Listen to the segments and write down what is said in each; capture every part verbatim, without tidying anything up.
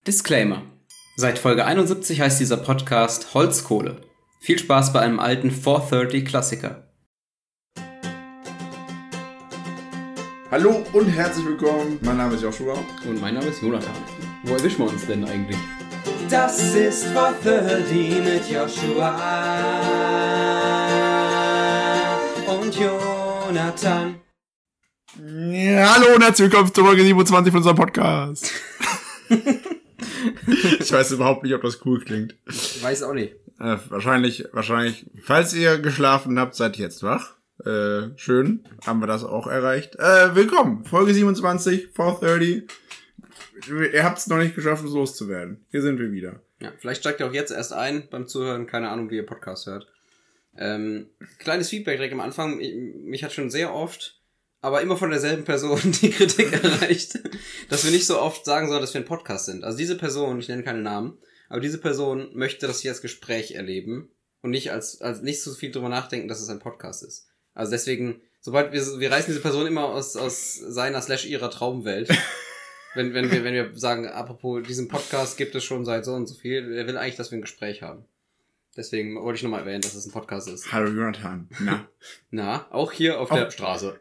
Disclaimer. Seit Folge einundsiebzig heißt dieser Podcast Holzkohle. Viel Spaß bei einem alten vierhundertdreißig Klassiker. Hallo und herzlich willkommen. Mein Name ist Joshua. Und mein Name ist Jonathan. Wo erwischen wir uns denn eigentlich? Das ist vierhundertdreißig mit Joshua und Jonathan. Ja, hallo und herzlich willkommen zur Folge siebenundzwanzig von unserem Podcast. Ich weiß überhaupt nicht, ob das cool klingt. Ich weiß auch nicht. Äh, wahrscheinlich, wahrscheinlich, falls ihr geschlafen habt, seid ihr jetzt wach. Äh, schön, haben wir das auch erreicht. Äh, willkommen, Folge siebenundzwanzig, vierhundertdreißig. Ihr habt es noch nicht geschafft, es loszuwerden. Hier sind wir wieder. Ja, vielleicht steigt ihr auch jetzt erst ein beim Zuhören. Keine Ahnung, wie ihr Podcast hört. Ähm, kleines Feedback direkt am Anfang. Ich, mich hat schon sehr oft, aber immer von derselben Person die Kritik erreicht, dass wir nicht so oft sagen sollen, dass wir ein Podcast sind. Also diese Person, ich nenne keine Namen, aber diese Person möchte das hier als Gespräch erleben und nicht als, als nicht so viel drüber nachdenken, dass es ein Podcast ist. Also deswegen, sobald wir, wir reißen diese Person immer aus, aus seiner slash ihrer Traumwelt. Wenn, wenn wir, wenn wir sagen, apropos, diesen Podcast gibt es schon seit so und so viel, er will eigentlich, dass wir ein Gespräch haben. Deswegen wollte ich nochmal erwähnen, dass es ein Podcast ist. Hallo Jonathan. Na. Na, auch hier auf, auf der Straße.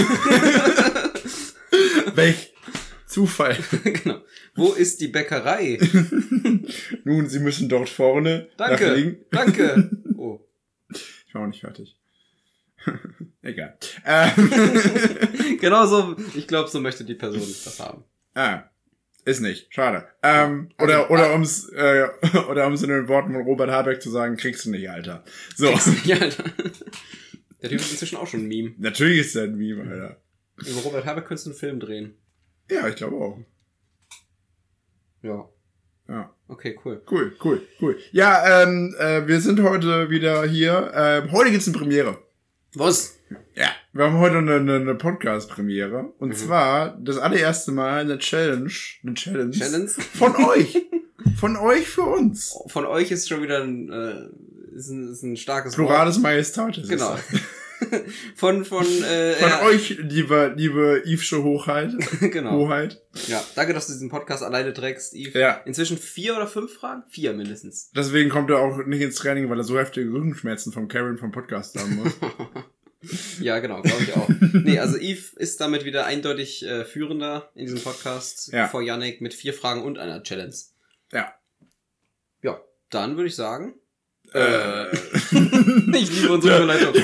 Welch Zufall. Genau. Wo ist die Bäckerei? Nun, Sie müssen dort vorne. Danke, danke. Oh. Ich war auch nicht fertig. Egal. Ähm. Genau so, ich glaube, so möchte die Person das haben. Ah, ist nicht. Schade. Ähm, also, oder oder ums äh, oder ums in den Worten von Robert Habeck zu sagen, kriegst du nicht, Alter. So. Kriegst du nicht, Alter. Der Typ ist inzwischen auch schon ein Meme. Natürlich ist der ein Meme, Alter. Über Robert Habeck könntest du einen Film drehen. Ja, ich glaube auch. Ja. Ja. Okay, cool. Cool, cool, cool. Ja, ähm, äh, wir sind heute wieder hier. Ähm, heute gibt's eine Premiere. Was? Ja, wir haben heute eine, eine, eine Podcast-Premiere. Und mhm. zwar das allererste Mal eine Challenge. Eine Challenge. Challenge? Von euch. Von euch für uns. Von euch ist schon wieder ein, äh, ist ein, ist ein starkes Plurales Majestatis. Genau. von, von, äh, Von ja. euch, liebe, liebe Yvesche Hochheit. Genau. Hoheit. Ja, danke, dass du diesen Podcast alleine trägst, Yves. Ja. Inzwischen vier oder fünf Fragen? Vier mindestens. Deswegen kommt er auch nicht ins Training, weil er so heftige Rückenschmerzen vom Karen vom Podcast haben muss. Ja, genau, glaube ich auch. Nee, also Yves ist damit wieder eindeutig äh, führender in diesem Podcast ja. vor Yannick mit vier Fragen und einer Challenge. Ja. Ja, dann würde ich sagen, äh, ich liebe unsere Überleitung.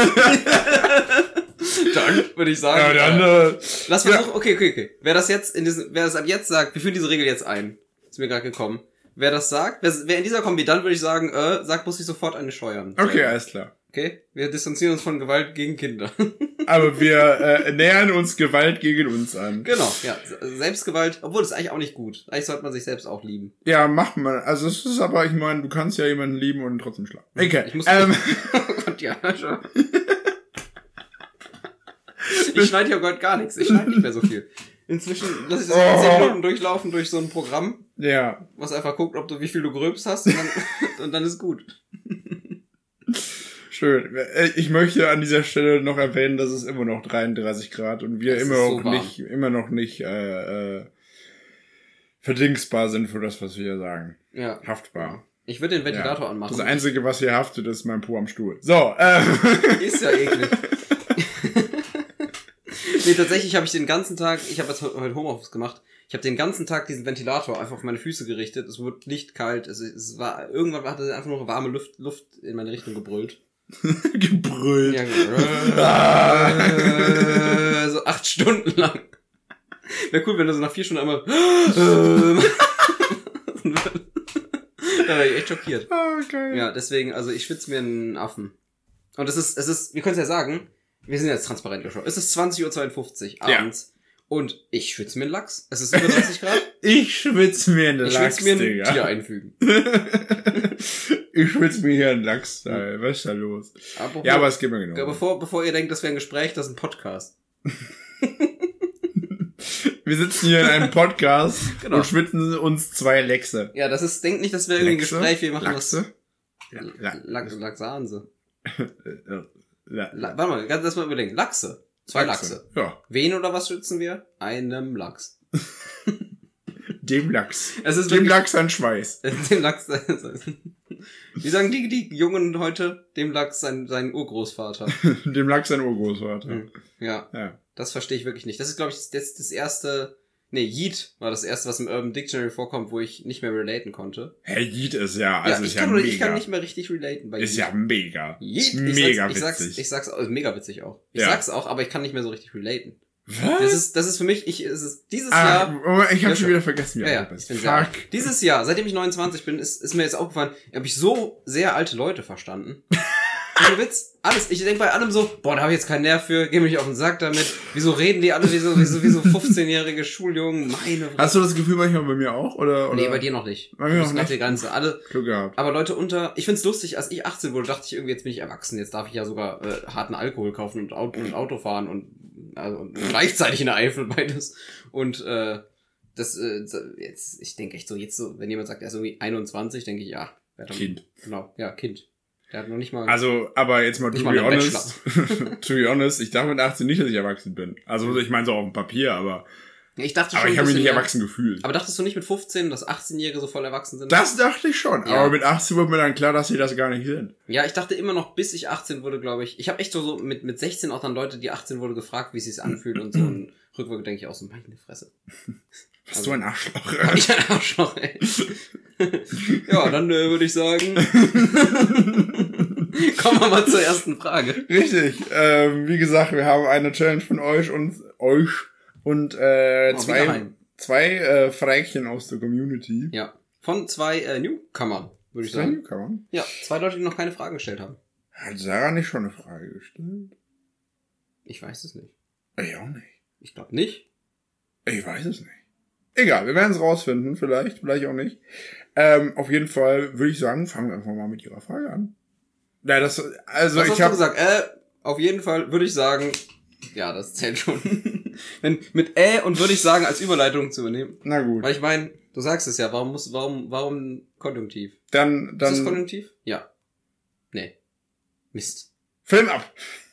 Dann würde ich sagen, ja, dann, äh, lass mal ja. noch, okay, okay, okay. Wer das jetzt in diesem, wer das ab jetzt sagt, wir führen diese Regel jetzt ein. Ist mir gerade gekommen. Wer das sagt, wer, wer in dieser Kombi, dann würde ich sagen, äh, sagt, muss ich sofort eine scheuern. Okay, alles klar. Okay, wir distanzieren uns von Gewalt gegen Kinder. Aber wir äh, nähern uns Gewalt gegen uns an. Genau, ja. Selbstgewalt, obwohl das ist eigentlich auch nicht gut. Eigentlich sollte man sich selbst auch lieben. Ja, macht man. Also es ist aber, ich meine, du kannst ja jemanden lieben und trotzdem schlagen. Okay. Ich muss ähm. oh Gott, ja, schon. Ich schneide ja Gott gar nichts. Ich schneide nicht mehr so viel. Inzwischen lasse ich das oh. zehn Minuten durchlaufen durch so ein Programm. Ja. Was einfach guckt, ob du, wie viel du gerülpst hast und dann, und dann ist gut. Schön. Ich möchte an dieser Stelle noch erwähnen, dass es immer noch dreiunddreißig Grad und wir immer noch so nicht, immer noch nicht äh, äh, verdingsbar sind für das, was wir hier sagen. Ja. Haftbar. Ich würde den Ventilator ja. anmachen. Das Einzige, was hier haftet, ist mein Po am Stuhl. So. Ähm. Ist ja eklig. Nee, tatsächlich habe ich den ganzen Tag, ich habe jetzt heute Homeoffice gemacht, ich habe den ganzen Tag diesen Ventilator einfach auf meine Füße gerichtet. Es wurde nicht kalt. Es, es war irgendwann hatte einfach nur warme Luft, Luft in meine Richtung gebrüllt. Gebrüllt. Ja, äh, so acht Stunden lang. Wäre cool, wenn du so nach vier Stunden einmal da wäre ich echt schockiert. Oh, geil. Ja, deswegen, also ich schwitze mir einen Affen. Und es ist, es ist, wir können es ja sagen, wir sind jetzt transparent geschaut. Es ist zwanzig Uhr zweiundfünfzig abends. Ja. Und ich schwitze mir einen Lachs. Es ist über dreißig Grad. Ich schwitze mir einen ich Lachs, Ich schwitze mir ein Digga. Tier einfügen. Ich schwitze mir hier einen Lachs. Hm. Was ist da los? Apropos, ja, aber es geht mir genau. Bevor, bevor ihr denkt, das wäre ein Gespräch, das ist ein Podcast. Wir sitzen hier in einem Podcast genau. und schwitzen uns zwei Lachse. Ja, das ist, denkt nicht, das wäre irgendwie ein Gespräch, wir machen Lachse? was. La La La Laxanse. La La Warte mal, kannst du das mal überlegen. Lachse. Zwei Lachse. Lachse. Ja. Wen oder was schützen wir? Einem Lachs. Dem Lachs. Es ist Dem wirklich- Lachs an Schweiß. Dem Lachs, wie sagen die, die Jungen heute? Dem Lachs sein, sein Urgroßvater. Dem Lachs an Urgroßvater. Hm. Ja, Ja. das verstehe ich wirklich nicht. Das ist, glaube ich, das, das erste, nee, Yeet war das erste, was im Urban Dictionary vorkommt, wo ich nicht mehr relaten konnte. Hey, Yeet ist ja, also ja, ist ich ja kann, mega. ich kann nicht mehr richtig relaten bei ist Yeet. ja mega. Yeet, Mega ich sag's, witzig. Ich sag's, ich sag's, also mega witzig auch. Ich Ja. sag's auch, aber ich kann nicht mehr so richtig relaten. Was? Das ist, das ist für mich, ich, es ist dieses ah, Jahr, Moment, ich habe Ja, schon schon. wieder vergessen, wie ja, alt ja, du bist. ich bin sehr alt. Fuck. Dieses Jahr, seitdem ich neunundzwanzig bin, ist, ist mir jetzt aufgefallen, habe ich so sehr alte Leute verstanden. Ohne Witz, alles. Ich denke bei allem so, boah, da habe ich jetzt keinen Nerv für, geh mir nicht auf den Sack damit. Wieso reden die alle wie so, wie so, wie so fünfzehnjährige Schuljungen? Meine Hast du das Gefühl manchmal bei mir auch? Oder, oder? Nee, bei dir noch nicht. Bei mir Du noch bist grad nicht. die Grenze. Alle, Glück gehabt. aber Leute unter, ich find's lustig, als ich achtzehn wurde, dachte ich irgendwie, jetzt bin ich erwachsen, jetzt darf ich ja sogar äh, harten Alkohol kaufen und Auto, und Auto fahren und, also, und gleichzeitig in der Eifel beides. Und äh, das, äh, jetzt, ich denke echt so, jetzt so, wenn jemand sagt, er ist irgendwie einundzwanzig, denke ich, ja. wer hat- Kind. Genau, ja, Kind. Der hat noch nicht mal... Also, aber jetzt mal, Nicht to mal be einen honest, to be honest, ich dachte mit achtzehn nicht, dass ich erwachsen bin. Also, ich meine so auf dem Papier, aber, ich dachte schon aber ich ein habe mich bisschen, nicht ja. erwachsen gefühlt. Aber dachtest du nicht mit fünfzehn, dass achtzehnjährige so voll erwachsen sind? Das dachte ich schon, Ja. aber mit achtzehn wurde mir dann klar, dass sie das gar nicht sind. Ja, ich dachte immer noch, bis ich achtzehn wurde, glaube ich. Ich habe echt so, so mit, mit sechzehn auch dann Leute, die achtzehn wurde, gefragt, wie es sich anfühlt und so. Und rückwirkend denke ich auch so, meine Fresse. Was so ein Arschloch. Hab ich ein Arschloch, ey. Ja, dann äh, würde ich sagen, kommen wir mal zur ersten Frage. Richtig. Ähm, wie gesagt, wir haben eine Challenge von euch und euch und äh, Oh, zwei, Wiederheim. zwei äh, Fräkchen aus der Community. Ja, von zwei äh, Newcomern, würde ich Zwei sagen. Newcomer. Ja, zwei Leute, die noch keine Fragen gestellt haben. Hat Sarah nicht schon eine Frage gestellt? Ich weiß es nicht. Ich auch nicht. Ich glaube nicht. Ich weiß es nicht. Egal, wir werden es rausfinden, vielleicht, vielleicht auch nicht. Ähm, auf jeden Fall würde ich sagen, fangen wir einfach mal mit ihrer Frage an. Ja, das, also Was ich hast du habe gesagt? Äh, auf jeden Fall würde ich sagen, ja, das zählt schon. Wenn, mit äh und würde ich sagen, als Überleitung zu übernehmen. Na gut, Weil ich meine, du sagst es ja, warum muss, warum, warum Konjunktiv? dann, Ist das dann Konjunktiv? Ja. Nee. Mist. Film ab.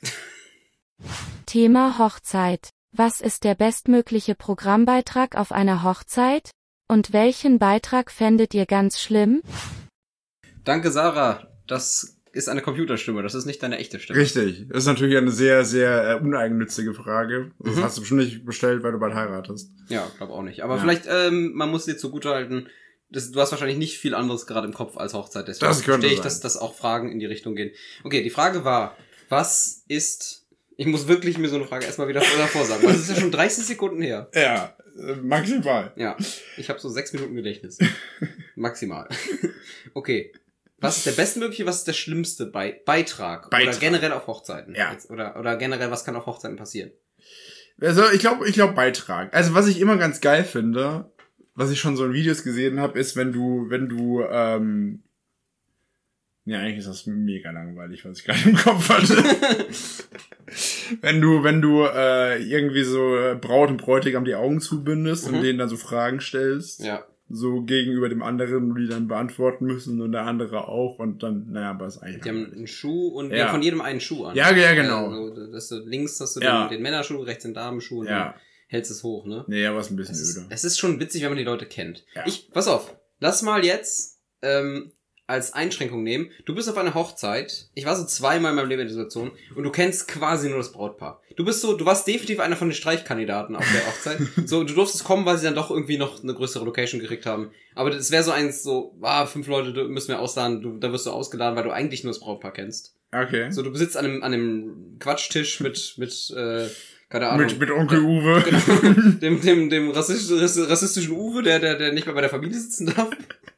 Thema Hochzeit. Was ist der bestmögliche Programmbeitrag auf einer Hochzeit? Und welchen Beitrag fändet ihr ganz schlimm? Danke, Sarah. Das ist eine Computerstimme, das ist nicht deine echte Stimme. Richtig. Das ist natürlich eine sehr, sehr äh, uneigennützige Frage. Das Mhm. hast du bestimmt nicht bestellt, weil du bald heiratest. Ja, glaube auch nicht. Aber Ja. vielleicht, ähm, man muss dir zugutehalten, das, du hast wahrscheinlich nicht viel anderes gerade im Kopf als Hochzeit. Deswegen Das könnte verstehe ich, sein. dass, dass auch Fragen in die Richtung gehen. Okay, die Frage war, was ist... Ich muss wirklich mir so eine Frage erstmal wieder davor sagen, weil es ist ja schon dreißig Sekunden her. Ja, äh, maximal. Ja, ich habe so sechs Minuten Gedächtnis. Maximal. Okay. Was ist der bestmögliche, was ist der schlimmste Be Beitrag? Beitrag. Oder generell auf Hochzeiten? Ja. Jetzt, oder, oder generell, was kann auf Hochzeiten passieren? Also ich glaube, ich glaube Beitrag. Also was ich immer ganz geil finde, was ich schon so in Videos gesehen habe, ist, wenn du, wenn du, ähm, ja, eigentlich ist das mega langweilig, was ich gerade im Kopf hatte. wenn du, wenn du äh, irgendwie so äh, Braut und Bräutigam die Augen zubindest Mhm. und denen dann so Fragen stellst, Ja. so gegenüber dem anderen, und die dann beantworten müssen und der andere auch und dann, naja, aber ist eigentlich Die haben einen Schuh und Ja. ja. von jedem einen Schuh an. Ja, ja, genau. Also, dass du, links hast du Ja. den, den Männerschuh, rechts den Damenschuh und Ja. dann hältst es hoch, ne? Nee, aber ist ein bisschen Es ist, öde. es ist schon witzig, wenn man die Leute kennt. Ja. Ich, pass auf, lass mal jetzt ähm, als Einschränkung nehmen. Du bist auf einer Hochzeit. Ich war so zweimal in meinem Leben in der Situation und du kennst quasi nur das Brautpaar. Du bist so, du warst definitiv einer von den Streichkandidaten auf der Hochzeit. So, du durftest kommen, weil sie dann doch irgendwie noch eine größere Location gekriegt haben. Aber das wäre so eins, so, ah, fünf Leute müssen wir ausladen, du, da wirst du ausgeladen, weil du eigentlich nur das Brautpaar kennst. Okay. So, du sitzt an einem, an einem Quatschtisch mit, mit, äh, keine Ahnung. mit, mit Onkel Uwe. Genau, dem, dem, dem rassistischen, rassistischen Uwe, der, der, der nicht mehr bei der Familie sitzen darf.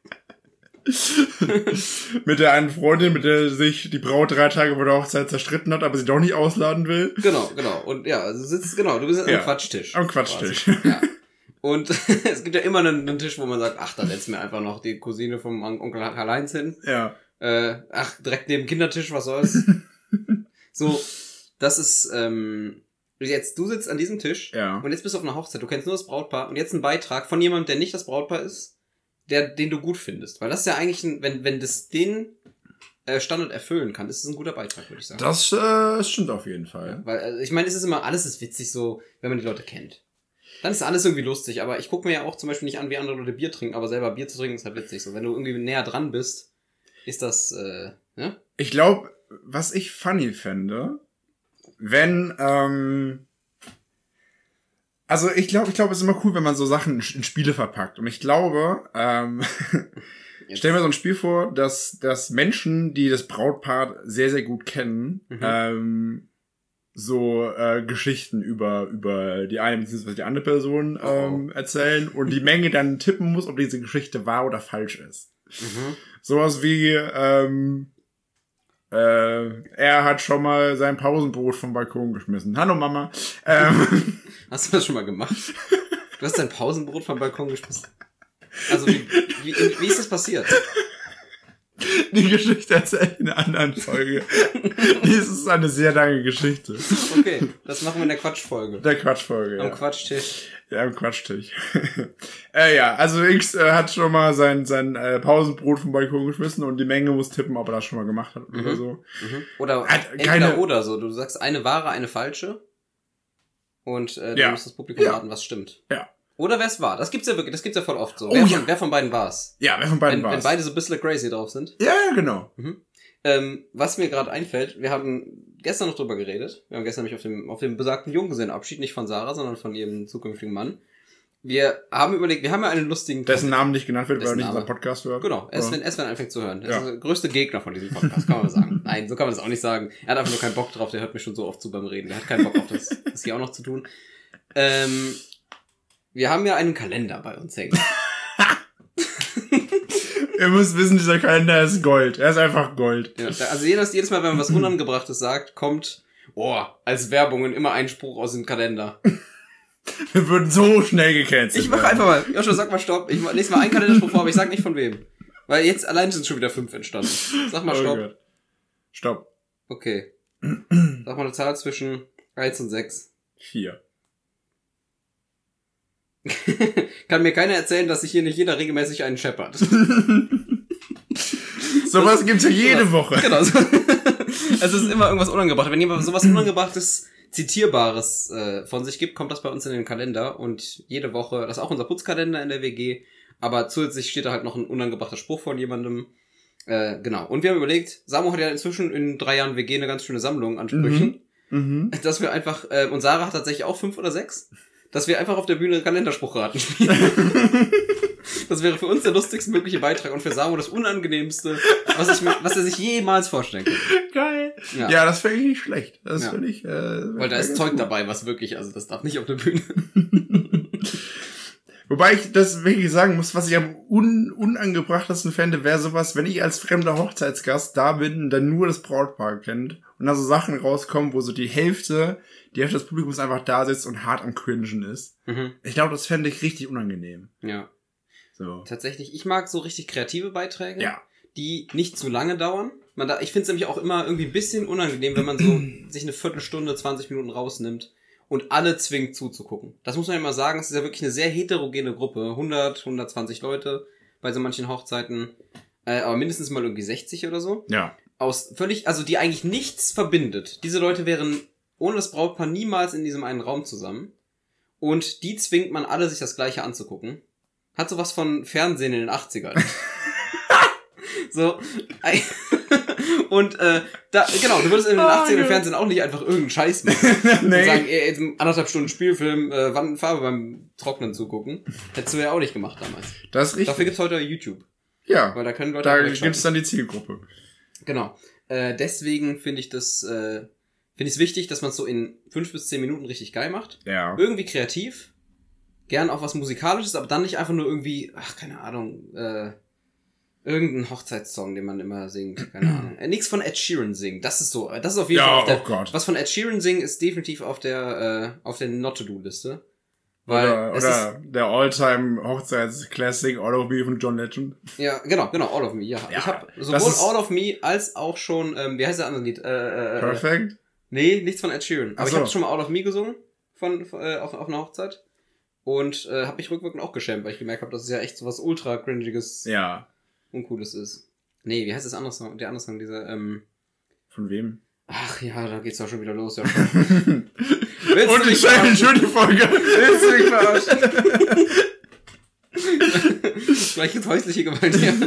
Mit der einen Freundin, mit der sich die Braut drei Tage vor der Hochzeit zerstritten hat, aber sie doch nicht ausladen will. Genau, genau. Und ja, also du sitzt, genau, du bist am Ja, Quatschtisch. am Quatschtisch. Quasi. Ja. Und es gibt ja immer einen, einen Tisch, wo man sagt, ach, da setzen wir einfach noch die Cousine vom Onkel Karl-Heinz hin. Ja. Äh, ach, direkt neben dem Kindertisch, was soll's. So, das ist, ähm, jetzt, du sitzt an diesem Tisch Ja. und jetzt bist du auf einer Hochzeit, du kennst nur das Brautpaar und jetzt ein Beitrag von jemandem, der nicht das Brautpaar ist, der, den du gut findest. Weil das ist ja eigentlich ein, wenn, wenn das den äh, Standard erfüllen kann, ist es ein guter Beitrag, würde ich sagen. Das äh, stimmt auf jeden Fall. Weil, also ich meine, es ist immer, alles ist witzig so, wenn man die Leute kennt. Dann ist alles irgendwie lustig, aber ich gucke mir ja auch zum Beispiel nicht an, wie andere Leute Bier trinken, aber selber Bier zu trinken ist halt witzig. So, wenn du irgendwie näher dran bist, ist das, äh, ne? Ich glaube, was ich funny fände, wenn, ähm, also ich glaube, ich glaube, es ist immer cool, wenn man so Sachen in, in Spiele verpackt. Und ich glaube, ähm, stell mir so ein Spiel vor, dass, dass Menschen, die das Brautpaar sehr, sehr gut kennen, mhm. ähm, so äh, Geschichten über über die eine bzw. die andere Person ähm, oh. erzählen und die Menge dann tippen muss, ob diese Geschichte wahr oder falsch ist. Mhm. Sowas wie ähm, äh, er hat schon mal sein Pausenbrot vom Balkon geschmissen. Hallo Mama. Ähm, Hast du das schon mal gemacht? Du hast dein Pausenbrot vom Balkon geschmissen. Also wie, wie, wie ist das passiert? Die Geschichte erzähle ich in einer anderen Folge. Dies ist eine sehr lange Geschichte. Okay, das machen wir in der Quatschfolge. Der Quatschfolge, Am ja. Quatschtisch. Ja, am Quatschtisch. äh, ja, also X äh, hat schon mal sein, sein äh, Pausenbrot vom Balkon geschmissen und die Menge muss tippen, ob er das schon mal gemacht hat mhm. oder so. Mhm. Oder hat entweder keine... oder so. Du sagst eine wahre, eine falsche. Und äh, dann ja. muss das Publikum ja. raten, was stimmt. Ja. Oder wer es war. Das gibt's ja wirklich, das gibt's ja voll oft so. Oh, wer, ja. von, wer von beiden war's? Ja, wer von beiden wenn, war's? Wenn beide so ein bisschen crazy drauf sind. Ja, ja, genau. Mhm. Ähm, was mir gerade einfällt, wir haben gestern noch drüber geredet. Wir haben gestern nämlich auf dem, auf dem besagten Junggesellenabschied, nicht von Sarah, sondern von ihrem zukünftigen Mann. Wir haben überlegt, wir haben ja einen lustigen... Dessen Namen nicht genannt wird, weil er nicht unseren Podcast hört. Genau, erst wenn, erst wenn er anfängt zu hören. Er ja. ist der größte Gegner von diesem Podcast, kann man sagen. Nein, so kann man das auch nicht sagen. Er hat einfach nur keinen Bock drauf, der hört mich schon so oft zu beim Reden. Der hat keinen Bock auf das, das hier auch noch zu tun. Ähm, wir haben ja einen Kalender bei uns hängen. Ihr müsst wissen, dieser Kalender ist Gold. Er ist einfach Gold. Ja, also jedes, jedes Mal, wenn man was Unangebrachtes sagt, kommt, oh, als Werbungen immer ein Spruch aus dem Kalender. Wir würden so schnell gecancelt. Ich mach einfach mal, Joshua, sag mal Stopp. Ich lese mal einen Kalenderspruch vor, aber ich sag nicht von wem. Weil jetzt allein sind schon wieder fünf entstanden. Sag mal Stopp. Oh Stopp. Okay. Sag mal eine Zahl zwischen eins und sechs. vier. Kann mir keiner erzählen, dass sich hier nicht jeder regelmäßig einen scheppert. Sowas gibt's ja jede Woche. Genau. So. Es ist immer irgendwas Unangebrachtes. Wenn jemand sowas Unangebrachtes, Zitierbares äh, von sich gibt, kommt das bei uns in den Kalender. Und jede Woche, das ist auch unser Putzkalender in der W G, aber zusätzlich steht da halt noch ein unangebrachter Spruch von jemandem. Äh, genau. Und wir haben überlegt, Samu hat ja inzwischen in drei Jahren W G eine ganz schöne Sammlung an Sprüchen. Mhm. Mhm. Dass wir einfach, äh, und Sarah hat tatsächlich auch fünf oder sechs, dass wir einfach auf der Bühne Kalenderspruchraten spielen. Das wäre für uns der lustigste mögliche Beitrag und für Samu das unangenehmste, was, ich, was er sich jemals vorstellen kann. Geil. Ja, ja das wäre nicht schlecht. Das ja. finde ich. Äh, Weil da ist Zeug gut dabei, was wirklich, also das darf nicht auf der Bühne. Wobei ich das wirklich sagen muss, was ich am un- unangebrachtesten fände, wäre sowas, wenn ich als fremder Hochzeitsgast da bin und dann nur das Brautpaar kennt und da so Sachen rauskommen, wo so die Hälfte, die Hälfte des Publikums einfach da sitzt und hart am Cringen ist. Mhm. Ich glaube, das fände ich richtig unangenehm. Ja. So. Tatsächlich, ich mag so richtig kreative Beiträge, ja. die nicht zu lange dauern. Man da, ich finde es nämlich auch immer irgendwie ein bisschen unangenehm, wenn man so sich eine Viertelstunde, zwanzig Minuten rausnimmt und alle zwingt zuzugucken. Das muss man ja mal sagen, es ist ja wirklich eine sehr heterogene Gruppe. hundert, hundertzwanzig Leute bei so manchen Hochzeiten, äh, aber mindestens mal irgendwie sechzig oder so. Ja. Aus völlig, also die eigentlich nichts verbindet. Diese Leute wären ohne das Brautpaar niemals in diesem einen Raum zusammen. Und die zwingt man alle, sich das Gleiche anzugucken. Hat sowas von Fernsehen in den achtzigern. So. Und äh, da, genau, du würdest in den oh, achtzigern im Fernsehen auch nicht einfach irgendeinen Scheiß machen. Nee. Und sagen, ey, jetzt anderthalb Stunden Spielfilm, äh, wann Farbe beim Trocknen zugucken. Hättest du ja auch nicht gemacht damals. Das ist richtig. Dafür gibt's heute YouTube. Ja. Weil da können Leute da gibt's dann die Zielgruppe. Genau. Äh, deswegen finde ich das, äh, finde ich es wichtig, dass man es so in fünf bis zehn Minuten richtig geil macht. Ja. Irgendwie kreativ. Gern auch was Musikalisches, aber dann nicht einfach nur irgendwie, ach, keine Ahnung, äh, irgendein Hochzeitssong, den man immer singt, keine Ahnung. Äh, nichts von Ed Sheeran singen, das ist so, das ist auf jeden ja, Fall auf der, oh Gott. Was von Ed Sheeran singen ist definitiv auf der, äh, auf der Not-to-Do-Liste. Weil oder es oder ist, der All-Time Hochzeits-Classic All of Me von John Legend. Ja, genau, genau, All of Me, ja. ja ich habe sowohl All of Me als auch schon, ähm, wie heißt der andere Lied? Äh, äh, Perfect? Nee, nichts von Ed Sheeran. Aber so. ich habe schon mal All of Me gesungen von, äh, auf, auf einer Hochzeit. Und äh, habe mich rückwirkend auch geschämt, weil ich gemerkt habe, dass es ja echt so was ultra cringiges, ja, Uncooles ist. Nee, wie heißt das andere Song? Der andere Song, dieser, ähm... Von wem? Ach ja, da geht's doch schon wieder los, ja schon. Willst Und du mich ich stelle verarschen? schon die Folge. Willst du mich verarschen? Vielleicht gibt's häusliche Gewalt her.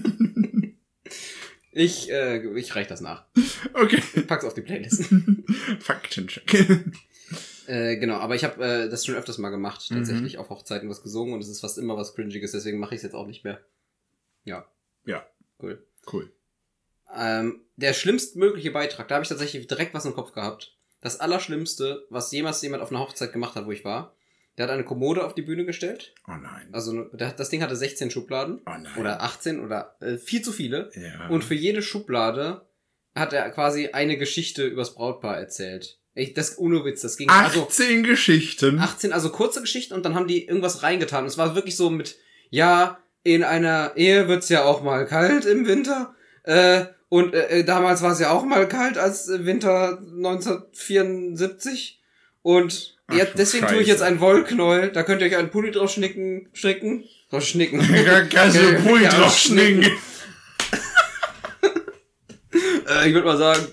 Ich, äh, ich reich das nach. Okay. Pack's auf die Playlist. Faktencheck. Äh, genau, aber ich habe äh, das schon öfters mal gemacht, tatsächlich Mhm. auf Hochzeiten was gesungen und es ist fast immer was Cringiges, deswegen mache ich es jetzt auch nicht mehr. Ja. Ja. Cool. Cool. Ähm, der schlimmstmögliche Beitrag, da habe ich tatsächlich direkt was im Kopf gehabt. Das Allerschlimmste, was jemals jemand auf einer Hochzeit gemacht hat, wo ich war, der hat eine Kommode auf die Bühne gestellt. Oh nein. Also der, das Ding hatte sechzehn Schubladen. Oh nein. Oder achtzehn oder äh, viel zu viele. Ja. Und für jede Schublade hat er quasi eine Geschichte übers Brautpaar erzählt. Ich, das ohne Witz, das ging also achtzehn Geschichten. achtzehn, also kurze Geschichten und dann haben die irgendwas reingetan. Und es war wirklich so mit, ja, in einer Ehe wird's ja auch mal kalt im Winter. Äh, und äh, damals war es ja auch mal kalt als äh, Winter neunzehnhundertvierundsiebzig. Und Ach, jetzt, deswegen tue ich Scheiße. jetzt einen Wollknäuel. Da könnt ihr euch einen Pulli drauf schnicken, stricken. Drauf schnicken. Kannst du Ja, Pulli ja, drauf schnicken. Äh, ich würde mal sagen.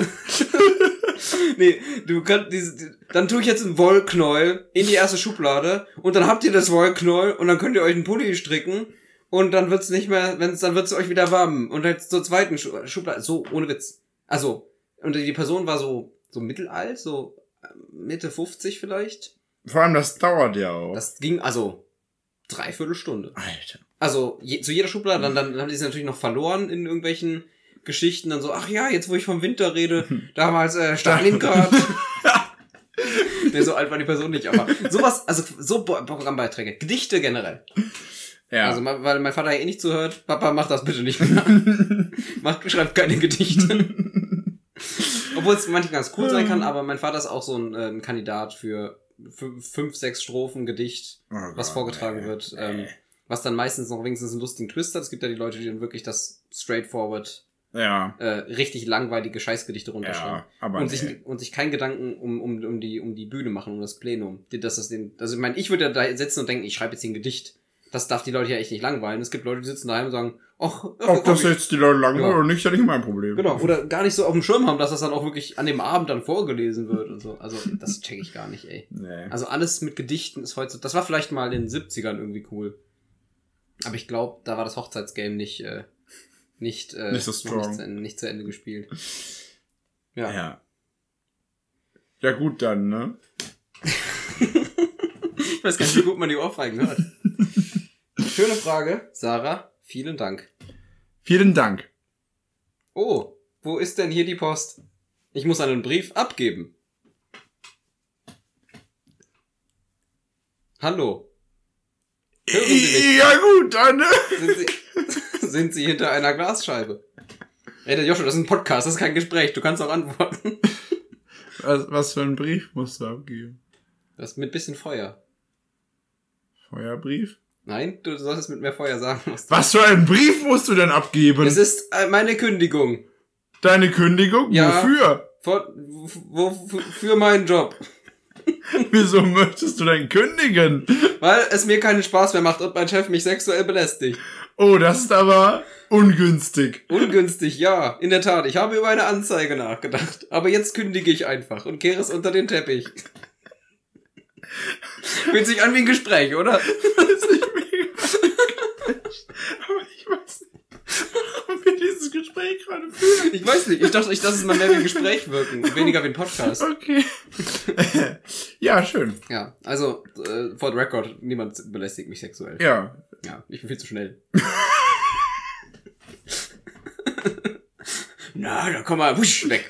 Nee, du kannst diese, dann tue ich jetzt einen Wollknäuel in die erste Schublade und dann habt ihr das Wollknäuel und dann könnt ihr euch einen Pulli stricken und dann wird's nicht mehr, wenn's, dann wird's euch wieder warm und jetzt zur zweiten Schu- Schublade, so, ohne Witz. Also, und die Person war so, so mittelalt, so Mitte fünfzig vielleicht. Vor allem, das dauert ja auch. Das ging, also, dreiviertel Stunde. Alter. Also, je, zu jeder Schublade, dann, dann haben die es natürlich noch verloren in irgendwelchen Geschichten, dann so, ach ja, jetzt wo ich vom Winter rede, damals äh, Stalingrad. Nee, so alt war die Person nicht, aber sowas, also so Bo- Programmbeiträge, Gedichte generell. Ja. Also, ma- weil mein Vater ja eh nicht zuhört, Papa, mach das bitte nicht mehr. Mach, schreibt keine Gedichte. Obwohl es manchmal ganz cool sein kann, aber mein Vater ist auch so ein, äh, ein Kandidat für fünf, fünf, sechs Strophen Gedicht, Oh was Gott, vorgetragen nee. wird. Ähm, was dann meistens noch wenigstens einen lustigen Twist hat. Es gibt ja die Leute, die dann wirklich das straightforward, Ja. äh, richtig langweilige Scheißgedichte runterschreiben. Ja, aber und nee. sich und sich keinen Gedanken um um um die um die Bühne machen, um das Plenum. Die- Dass das den, also ich meine, ich würde ja da sitzen und denken, ich schreibe jetzt hier ein Gedicht. Das darf die Leute ja echt nicht langweilen. Es gibt Leute, die sitzen daheim und sagen, ach, Ob das jetzt die Leute langweilen Ja. oder nicht, ist ja nicht mein Problem. genau, oder gar nicht so auf dem Schirm haben, dass das dann auch wirklich an dem Abend dann vorgelesen wird und so. Also das check ich gar nicht, ey. Nee. Also alles mit Gedichten ist heute, das war vielleicht mal in den siebzigern irgendwie cool. Aber ich glaube, da war das Hochzeitsgame nicht, äh, nicht, äh, Nicht so noch strong. Nicht zu, Ende, nicht zu Ende gespielt. Ja. Ja. Ja gut dann, ne? Ich weiß gar nicht, wie gut man die Ohrfeigen hört. Schöne Frage, Sarah. Vielen Dank. Vielen Dank. Oh, wo ist denn hier die Post? Ich muss einen Brief abgeben. Hallo. Hören Sie mich? Ja gut, dann, ne? Sind Sie, sind Sie hinter einer Glasscheibe? Ey, der Joshua, das ist ein Podcast, das ist kein Gespräch. Du kannst auch antworten. Was, was für einen Brief musst du abgeben? Das mit bisschen Feuer. Feuerbrief? Nein, du solltest mit mehr Feuer sagen. Was, Was für einen Brief musst du denn abgeben? es ist äh, meine Kündigung. Deine Kündigung? Ja. Wofür? Vor, wo, wo, für meinen Job. Wieso möchtest du denn kündigen? Weil es mir keinen Spaß mehr macht und mein Chef mich sexuell belästigt. Oh, das ist aber ungünstig. Ungünstig, ja. In der Tat, ich habe über eine Anzeige nachgedacht. Aber jetzt kündige ich einfach und kehre es unter den Teppich. Fühlt sich an wie ein Gespräch, oder? Aber ich weiß nicht, warum wir dieses Gespräch gerade führen. Ich weiß nicht, ich dachte, ich lasse es mal mehr wie ein Gespräch wirken und weniger wie ein Podcast. Okay. Ja, schön. Ja, also, äh, for the record, niemand belästigt mich sexuell. Ja. Ja, ich bin viel zu schnell. Na, da komm mal, wusch, weg.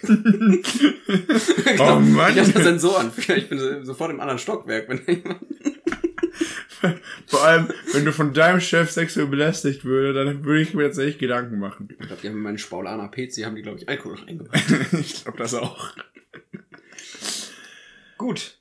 Oh Mann. Ich hab da Sensoren für. Ich bin so- sofort im anderen Stockwerk. Wenn jemand Vor allem, wenn du von deinem Chef sexuell belästigt würde, dann würde ich mir jetzt echt Gedanken machen. ich glaube, die haben in meinen Spaulaner P C, haben die, glaube ich, Alkohol reingemacht. Ich glaube das auch. Gut.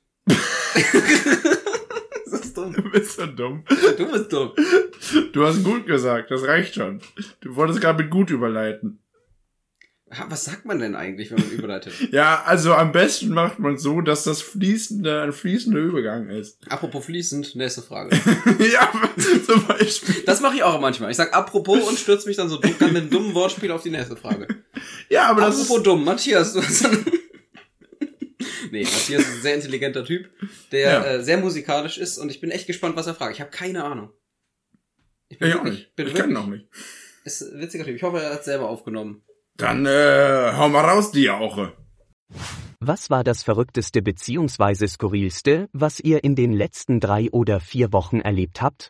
Das ist dumm. Du bist so dumm. Du bist dumm. Du hast gut gesagt, das reicht schon. Du wolltest gerade mit gut überleiten. Was sagt man denn eigentlich, wenn man überleitet? Ja, also am besten macht man so, dass das fließende, ein fließender Übergang ist. Apropos fließend, nächste Frage. Ja, zum Beispiel. Das mache ich auch manchmal. Ich sag apropos und stürze mich dann so dumm, dann mit einem dummen Wortspiel auf die nächste Frage. Ja, aber das Apropos ist... dumm, Matthias, du hast... Nee, Nee, Matthias ist ein sehr intelligenter Typ, der Ja. äh, sehr musikalisch ist und ich bin echt gespannt, was er fragt. Ich habe keine Ahnung. Ich Ich auch wirklich- nicht. bin Ich kann wirklich- noch nicht. Ist ein witziger Typ. Ich hoffe, er hat selber aufgenommen. Dann äh, hau mal raus, die Jauche. Was war das Verrückteste bzw. Skurrilste, was ihr in den letzten drei oder vier Wochen erlebt habt?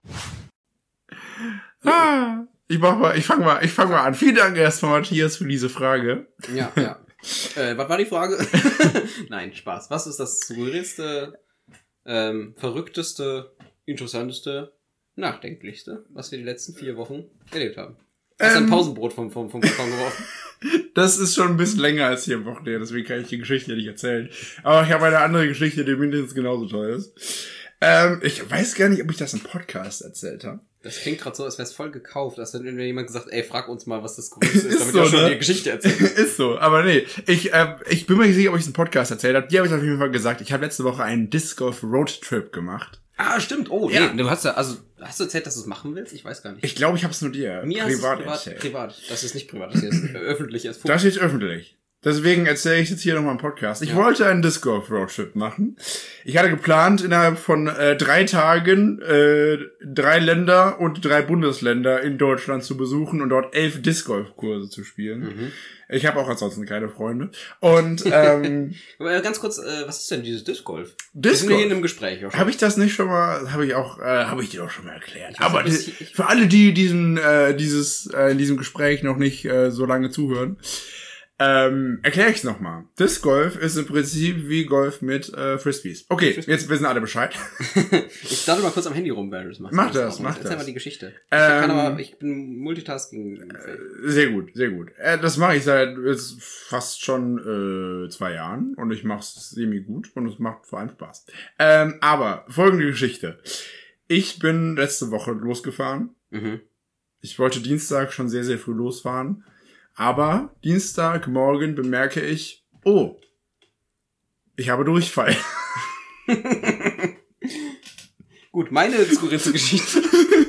Ah, ich mach mal, ich fang mal, ich fang mal an. Vielen Dank erstmal, Matthias, für diese Frage. Ja, ja. äh, was war die Frage? Nein, Spaß. Was ist das skurrilste, ähm, verrückteste, interessanteste, nachdenklichste, was wir die letzten vier Wochen erlebt haben? Das ist ein Ähm. Pausenbrot vom, vom, vom Balkon geworfen. Das ist schon ein bisschen länger als hier am Wochenende, deswegen kann ich die Geschichte nicht erzählen. Aber ich habe eine andere Geschichte, die mindestens genauso toll ist. Ähm, ich weiß gar nicht, ob ich das im Podcast erzählt habe. Das klingt gerade so, als wäre es voll gekauft. Als hätte mir jemand gesagt, ey, frag uns mal, was das Skurrilste ist, Ist damit so, wir schon ne? die Geschichte erzählen. Ist so, aber nee. Ich, äh, ich bin mir nicht sicher, ob ich es im Podcast erzählt habe. Die habe ich auf jeden Fall gesagt. Ich habe letzte Woche einen Disc Golf Roadtrip gemacht. Ah, stimmt. Oh, Ja. nee, du hast ja, also, hast du erzählt, dass du es machen willst? Ich weiß gar nicht. Ich glaube, ich habe es nur dir Mir hast du es privat privat, erzählt. privat. Das ist nicht privat, das ist jetzt öffentlich. Als Das ist jetzt öffentlich. Deswegen erzähle ich jetzt hier nochmal im Podcast. Ich Ja. wollte einen Disc Golf Roadtrip machen. Ich hatte geplant, innerhalb von äh, drei Tagen äh, drei Länder und drei Bundesländer in Deutschland zu besuchen und dort elf Disc Golf Kurse zu spielen. Mhm. Ich habe auch ansonsten keine Freunde. Und ähm, Aber äh, ganz kurz, äh, was ist denn dieses Disc Golf? Wir Disc sind ja hier in Golf. einem Gespräch. Auch schon. Habe ich das nicht schon mal? Habe ich auch, äh, habe ich dir auch schon mal erklärt. Ich weiß Aber nicht, die, ob es- für alle, die diesen, äh, dieses, äh, in diesem Gespräch noch nicht äh, so lange zuhören, ähm, erkläre ich es nochmal. Disc Golf ist im Prinzip wie Golf mit äh, Frisbees. Okay, jetzt wissen alle Bescheid. Ich starte mal kurz am Handy rum, während du das machst. Mach das, auch. mach Erzähl das. mal die Geschichte. Ich Ähm, kann aber, ich bin Multitasking. Sehr gut, sehr gut. Äh, das mache ich seit jetzt fast schon äh, zwei Jahren und ich mache es semi gut und es macht vor allem Spaß. Ähm, aber folgende Geschichte. Ich bin letzte Woche losgefahren. Mhm. Ich wollte Dienstag schon sehr, sehr früh losfahren. Aber Dienstagmorgen bemerke ich, oh, ich habe Durchfall. Gut, meine skurrilste Geschichte.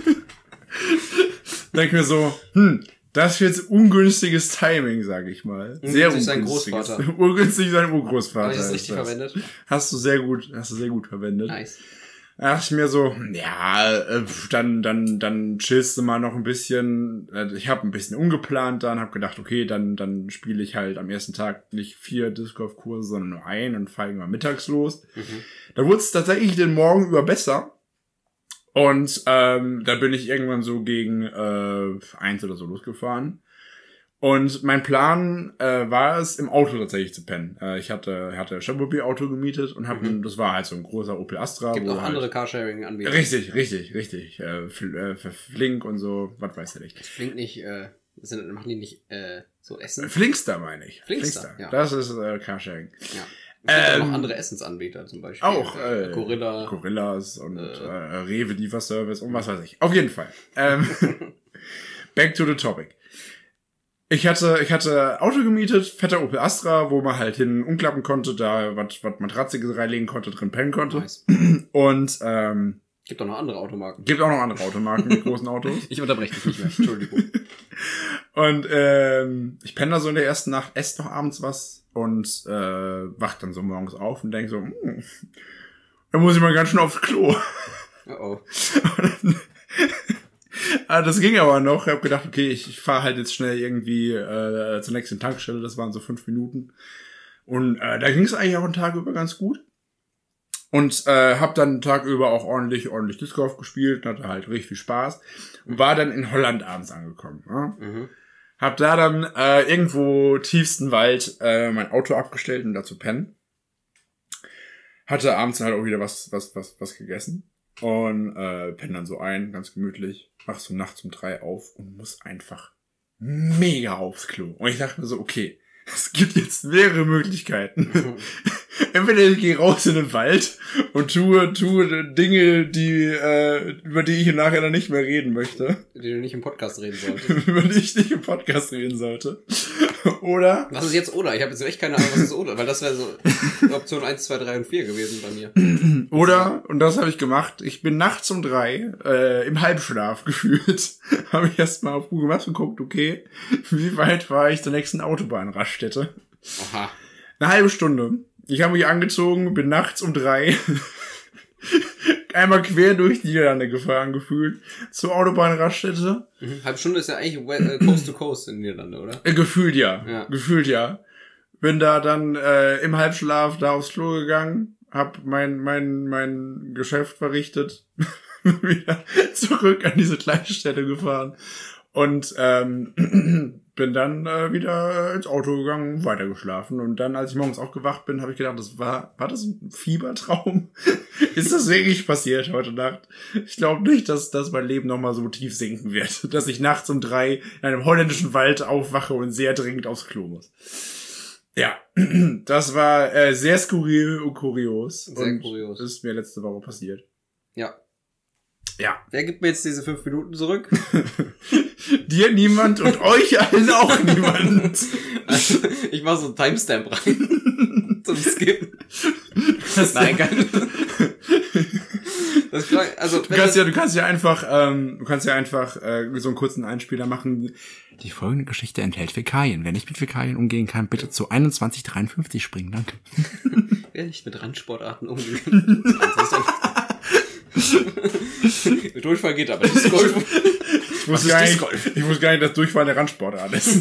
Denke mir so, hm, das ist jetzt ungünstiges Timing, sage ich mal. Sehr Ungünstig sein ungünstiges. Großvater. Ungünstig sein Urgroßvater. Habe ich das ist richtig verwendet? Hast du sehr gut, hast du sehr gut verwendet. Nice. Da dachte ich mir so, ja, äh, dann dann dann chillst du mal noch ein bisschen. Ich habe ein bisschen umgeplant dann, habe gedacht, okay, dann dann spiele ich halt am ersten Tag nicht vier Disc Golf Kurse, sondern nur ein und fahre irgendwann mittags los. Mhm. Da wurde es tatsächlich den Morgen über besser. Und ähm, da bin ich irgendwann so gegen äh, eins oder so losgefahren. Und mein Plan äh, war es, im Auto tatsächlich zu pennen. Äh, ich hatte hatte ein Xiaomi-Auto gemietet und hab, Mhm. das war halt so ein großer Opel Astra. Gibt wo auch halt, andere Carsharing-Anbieter. Richtig, richtig, richtig. Äh, Fl äh, Flink und so, was weiß der nicht. Klingt nicht, äh, sind, machen die nicht, äh, so Essen? Flinkster meine ich. Flinkster, ja. Das ist äh, Carsharing. Ja. Es gibt auch Ähm, noch andere Essensanbieter, zum Beispiel. Auch äh, Gorilla. Gorillas und äh, äh, Rewe Lieferservice und was weiß ich. Auf jeden Fall. Ähm, back to the topic. Ich hatte, ich hatte Auto gemietet, fetter Opel Astra, wo man halt hin umklappen konnte, da was was Matratziges reinlegen konnte, drin pennen konnte. Nice. Und ähm, Gibt auch noch andere Automarken. gibt auch noch andere Automarken, die großen Autos. Ich unterbreche dich nicht mehr. Entschuldigung. Und ähm, ich penne da so in der ersten Nacht, esse noch abends was und äh, wach dann so morgens auf und denk so, hm, da muss ich mal ganz schön aufs Klo. Oh oh. Ah, das ging aber noch. Ich habe gedacht, okay, ich, ich fahre halt jetzt schnell irgendwie äh, zur nächsten Tankstelle. Das waren so fünf Minuten. Und äh, da ging es eigentlich auch einen Tag über ganz gut. Und äh, habe dann den Tag über auch ordentlich, ordentlich Disc Golf gespielt. Hatte halt richtig viel Spaß. Und war dann in Holland abends angekommen. Ja? Mhm. Hab da dann äh, irgendwo tiefsten Wald äh, mein Auto abgestellt und dazu pennen. Hatte abends dann halt auch wieder was, was, was, was gegessen. Und äh, penne dann so ein, ganz gemütlich. Mach so nachts um drei auf und muss einfach mega aufs Klo. Und ich dachte mir so, okay, es gibt jetzt mehrere Möglichkeiten. Entweder ich gehe raus in den Wald und tue, tue Dinge, die, äh, über die ich nachher dann nicht mehr reden möchte. Die du nicht im Podcast reden solltest. Über die ich nicht im Podcast reden sollte. Oder Was ist jetzt oder? Ich habe jetzt echt keine Ahnung, was ist oder, weil das wäre so Option eins, zwei, drei und vier gewesen bei mir. Oder, und das habe ich gemacht, ich bin nachts um drei, äh, im Halbschlaf gefühlt, habe ich erstmal auf Google Maps geguckt, okay, wie weit war ich zur nächsten Autobahnraststätte? Aha. Eine halbe Stunde. ich habe mich angezogen, bin nachts um drei einmal quer durch die Niederlande gefahren, gefühlt, zur Autobahnraststätte. Mhm. Halbe Stunde ist ja eigentlich äh, Coast to Coast in den Niederlande, oder? Äh, gefühlt ja. Ja. Gefühlt ja. Bin da dann äh, im Halbschlaf da aufs Klo gegangen, hab mein mein mein Geschäft verrichtet, wieder zurück an diese kleine Stätte gefahren und ähm, bin dann äh, wieder ins Auto gegangen, weitergeschlafen und dann, als ich morgens aufgewacht bin, habe ich gedacht, das war war das ein Fiebertraum? Ist das wirklich passiert heute Nacht? Ich glaube nicht, dass dass mein Leben nochmal so tief sinken wird, dass ich nachts um drei in einem holländischen Wald aufwache und sehr dringend aufs Klo muss. Ja, das war äh, sehr skurril und kurios. Sehr und kurios. Ist mir letzte Woche passiert. Ja. Ja. Wer gibt mir jetzt diese fünf Minuten zurück? Dir niemand und euch allen auch niemand. Also, ich mach so einen Timestamp rein. Zum Skippen. Das Nein, geil. Das klar, also, Du kannst ja, du kannst ja einfach, ähm, du kannst ja einfach äh, so einen kurzen Einspieler machen. Die folgende Geschichte enthält Fäkalien. Wer nicht mit Fäkalien umgehen kann, bitte zu einundzwanzig dreiundfünfzig springen. Danke. Wer nicht mit Randsportarten umgehen kann. Mit Durchfall geht aber nicht Golf. Ich wusste gar nicht, ich wusste gar nicht, dass Durchfall eine Randsportart ist.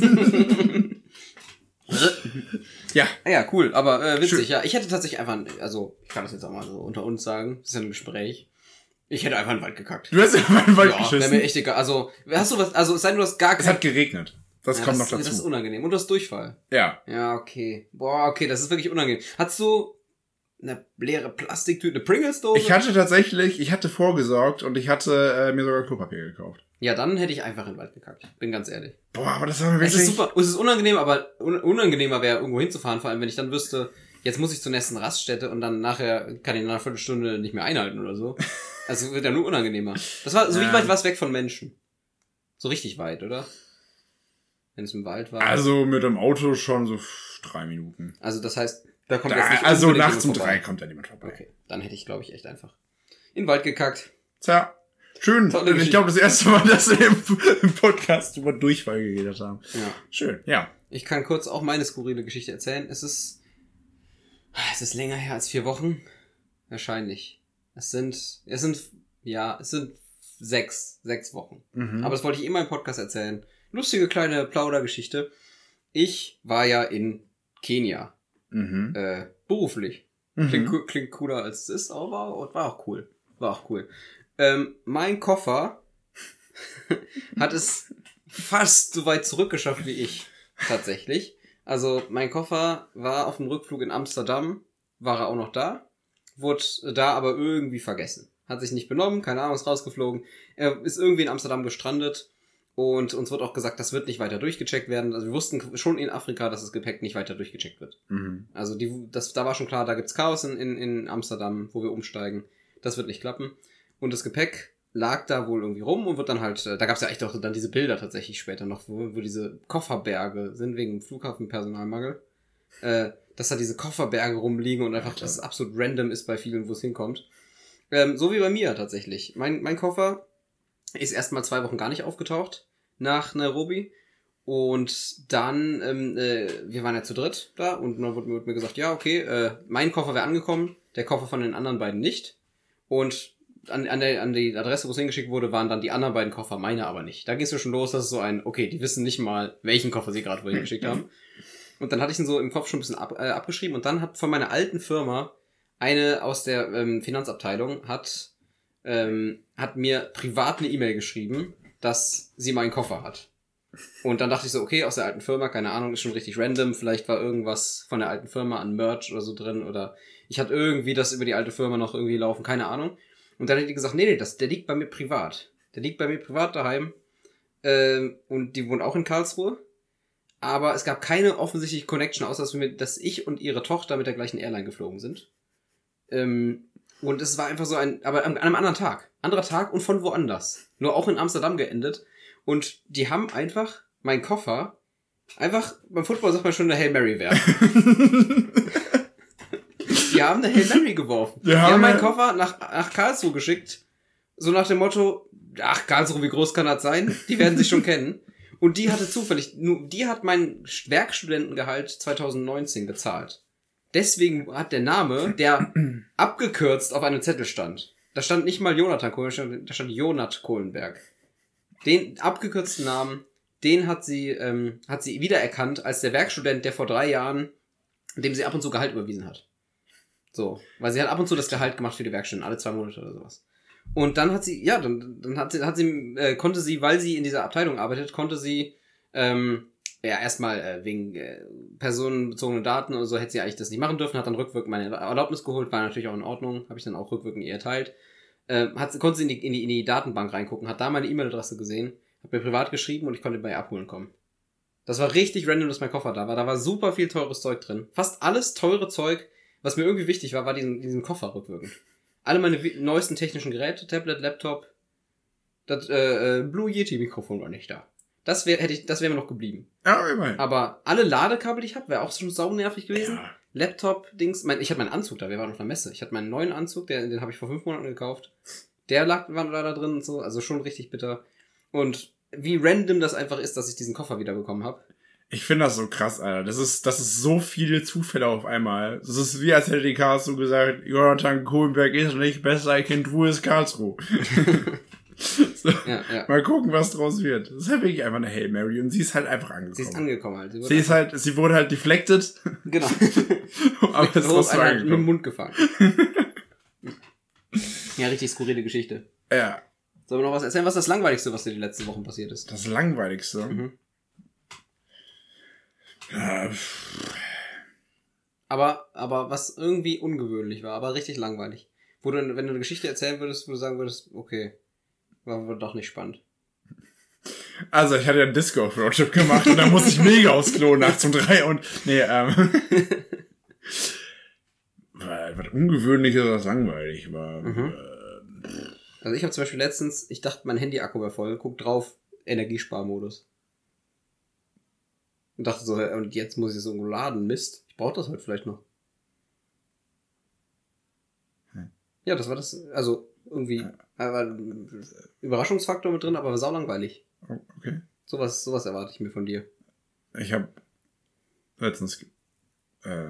Ja. Ja, cool, aber äh, witzig, Schön. Ja. Ich hätte tatsächlich einfach, also, ich kann das jetzt auch mal so unter uns sagen, das ist ja ein Gespräch. Ich hätte einfach in den Wald gekackt. Du hast einfach in den Wald ja, geschissen? Wäre mir echt egal. Also, hast du was, also, es sei denn, du hast gar kein... Es hat geregnet. Das ja, kommt das, noch dazu. Das ist unangenehm. Und du hast Durchfall. Ja. Ja, okay. Boah, okay, das ist wirklich unangenehm. Hattest du eine leere Plastiktüte, eine Pringles-Dose? Ich hatte tatsächlich, ich hatte vorgesorgt und ich hatte äh, mir sogar Klopapier gekauft. Ja, dann hätte ich einfach in den Wald gekackt. Bin ganz ehrlich. Boah, aber das war mir wirklich... Es ist super, es ist unangenehm, aber un- unangenehmer wäre, irgendwo hinzufahren, vor allem, wenn ich dann wüsste, jetzt muss ich zur nächsten Raststätte und dann nachher kann ich in einer Viertelstunde nicht mehr einhalten oder so. Also wird ja nur unangenehmer. Das war, so ja. wie weit war es weg von Menschen? So richtig weit, oder? Wenn es im Wald war. Also mit dem Auto schon so drei Minuten. Also das heißt, da kommt da, jetzt nicht Also unbedingt nachts um jemand drei vorbei. kommt da niemand vorbei. Okay, dann hätte ich, glaube ich, echt einfach in den Wald gekackt. Tja, schön. Tolle Ich Geschichte. glaube, das erste Mal, dass wir im, im Podcast über Durchfall geredet haben. Ja. Schön, ja. Ich kann kurz auch meine skurrile Geschichte erzählen. Es ist, es ist länger her als vier Wochen. Wahrscheinlich. Es sind, es sind, ja, es sind sechs, sechs Wochen. Mhm. Aber das wollte ich immer im Podcast erzählen. Lustige kleine Plaudergeschichte. Ich war ja in Kenia. Mhm. Äh, beruflich. Mhm. Klingt, co- klingt cooler als es ist, aber war, war auch cool. War auch cool. Ähm, mein Koffer hat es fast so weit zurückgeschafft wie ich. Tatsächlich. Also mein Koffer war auf dem Rückflug in Amsterdam. War er auch noch da. Wurde da aber irgendwie vergessen. Hat sich nicht benommen, keine Ahnung, ist rausgeflogen. Er ist irgendwie in Amsterdam gestrandet. Und uns wird auch gesagt, das wird nicht weiter durchgecheckt werden. Also wir wussten schon in Afrika, dass das Gepäck nicht weiter durchgecheckt wird. Mhm. Also die, das, da war schon klar, da gibt's Chaos in, in, in Amsterdam, wo wir umsteigen. Das wird nicht klappen. Und das Gepäck lag da wohl irgendwie rum und wird dann halt, da gab's ja echt auch dann diese Bilder tatsächlich später noch, wo, wo diese Kofferberge sind wegen Flughafenpersonalmangel. Äh, dass da diese Kofferberge rumliegen und einfach, dass es absolut random ist bei vielen, wo es hinkommt. Ähm, so wie bei mir tatsächlich. Mein, mein Koffer ist erstmal zwei Wochen gar nicht aufgetaucht nach Nairobi. Und dann, ähm, äh, wir waren ja zu dritt da und dann wurde mir, wurde mir gesagt, ja, okay, äh, mein Koffer wäre angekommen, der Koffer von den anderen beiden nicht. Und an, an, der, an die Adresse, wo es hingeschickt wurde, waren dann die anderen beiden Koffer, meine aber nicht. Da ging es ja schon los, dass es so ein, okay, die wissen nicht mal, welchen Koffer sie gerade wohin geschickt haben. Und dann hatte ich ihn so im Kopf schon ein bisschen ab, äh, abgeschrieben und dann hat von meiner alten Firma eine aus der ähm, Finanzabteilung hat, ähm, hat mir privat eine E-Mail geschrieben, dass sie meinen Koffer hat. Und dann dachte ich so, okay, aus der alten Firma, keine Ahnung, ist schon richtig random, vielleicht war irgendwas von der alten Firma an Merch oder so drin oder ich hatte irgendwie das über die alte Firma noch irgendwie laufen, keine Ahnung. Und dann hat die gesagt, nee, nee, das, der liegt bei mir privat. Der liegt bei mir privat daheim. Ähm, und die wohnt auch in Karlsruhe. Aber es gab keine offensichtliche Connection, außer dass, wir, dass ich und ihre Tochter mit der gleichen Airline geflogen sind. Ähm, und es war einfach so ein, aber an einem anderen Tag. Anderer Tag und von woanders. Nur auch in Amsterdam geendet. Und die haben einfach meinen Koffer einfach, beim Football sagt man schon eine Hail Mary werfen. Die haben eine Hail Mary geworfen. Die Die haben haben meinen ja- Koffer nach, nach Karlsruhe geschickt. So nach dem Motto, ach, Karlsruhe, wie groß kann das sein? Die werden sich schon kennen. Und die hatte zufällig, nur die hat mein Werkstudentengehalt zwanzig neunzehn bezahlt. Deswegen hat der Name, der abgekürzt auf einem Zettel stand. Da stand nicht mal Jonathan Kohlenberg, da stand Jonat Kohlenberg. Den abgekürzten Namen, den hat sie, ähm, hat sie wiedererkannt als der Werkstudent, der vor drei Jahren, dem sie ab und zu Gehalt überwiesen hat. So, weil sie hat ab und zu das Gehalt gemacht für die Werkstudenten, alle zwei Monate oder sowas. Und dann hat sie, ja, dann, dann hat sie, hat sie, äh, konnte sie, weil sie in dieser Abteilung arbeitet, konnte sie, ähm, ja, erstmal äh, wegen äh, personenbezogenen Daten oder so hätte sie eigentlich das nicht machen dürfen, hat dann rückwirkend meine Erlaubnis geholt, war natürlich auch in Ordnung, habe ich dann auch rückwirkend ihr erteilt. Äh, hat, konnte sie in die, in, die, in die Datenbank reingucken, hat da meine E-Mail-Adresse gesehen, hat mir privat geschrieben und ich konnte bei ihr abholen kommen. Das war richtig random, dass mein Koffer da war. Da war super viel teures Zeug drin. Fast alles teure Zeug, was mir irgendwie wichtig war, war diesen, diesen Koffer rückwirkend. Alle meine wi- neuesten technischen Geräte, Tablet, Laptop, das äh, äh, Blue Yeti Mikrofon war nicht da. Das wäre hätte ich, das wäre mir noch geblieben. Ja, immerhin. Aber alle Ladekabel, die ich habe, wäre auch schon saunervig gewesen. Ja. Laptop-Dings, mein, ich hatte meinen Anzug da, wir waren auf einer Messe. Ich hatte meinen neuen Anzug, der, den habe ich vor fünf Monaten gekauft. Der lag, war da drin und so, also schon richtig bitter. Und wie random das einfach ist, dass ich diesen Koffer wieder bekommen habe. Ich finde das so krass, Alter. Das ist, das ist so viele Zufälle auf einmal. Das ist wie, als hätte die Karlsruhe gesagt, Jonathan Kohlenberg ist nicht besser, ich kennt du ist Karlsruhe. So, Ja, ja. mal gucken, was draus wird. Das ist halt wirklich einfach eine Hail Mary und sie ist halt einfach angekommen. Sie ist angekommen halt. Sie, Sie ist halt, sie wurde halt deflected. genau. Aber es ist Rose trotzdem einen hat mit dem angekommen. Mund gefangen. Ja, richtig skurrile Geschichte. Ja, Sollen wir noch was erzählen? Was ist das Langweiligste, was dir die letzten Wochen passiert ist? das Langweiligste. Mhm. Ja, Aber, aber was irgendwie ungewöhnlich war, aber richtig langweilig. Wo du, wenn du eine Geschichte erzählen würdest, wo du sagen würdest, okay, war wohl doch nicht spannend. also, ich hatte ja einen Disco-Roadtrip gemacht und da musste ich mega aufs Klo nachts um drei und, nee, ähm, was Ungewöhnliches, was langweilig war. Mhm. Äh, Also ich habe zum Beispiel letztens, ich dachte, mein Handy-Akku wäre voll, guck drauf, Energiesparmodus. Und dachte so, und jetzt muss ich es irgendwo laden, Mist, ich brauche das heute vielleicht noch. Hm. Ja, das war das, also irgendwie, äh, war ein Überraschungsfaktor mit drin, aber war saulangweilig. oh, okay. Sowas, sowas erwarte ich mir von dir. Ich habe letztens, äh,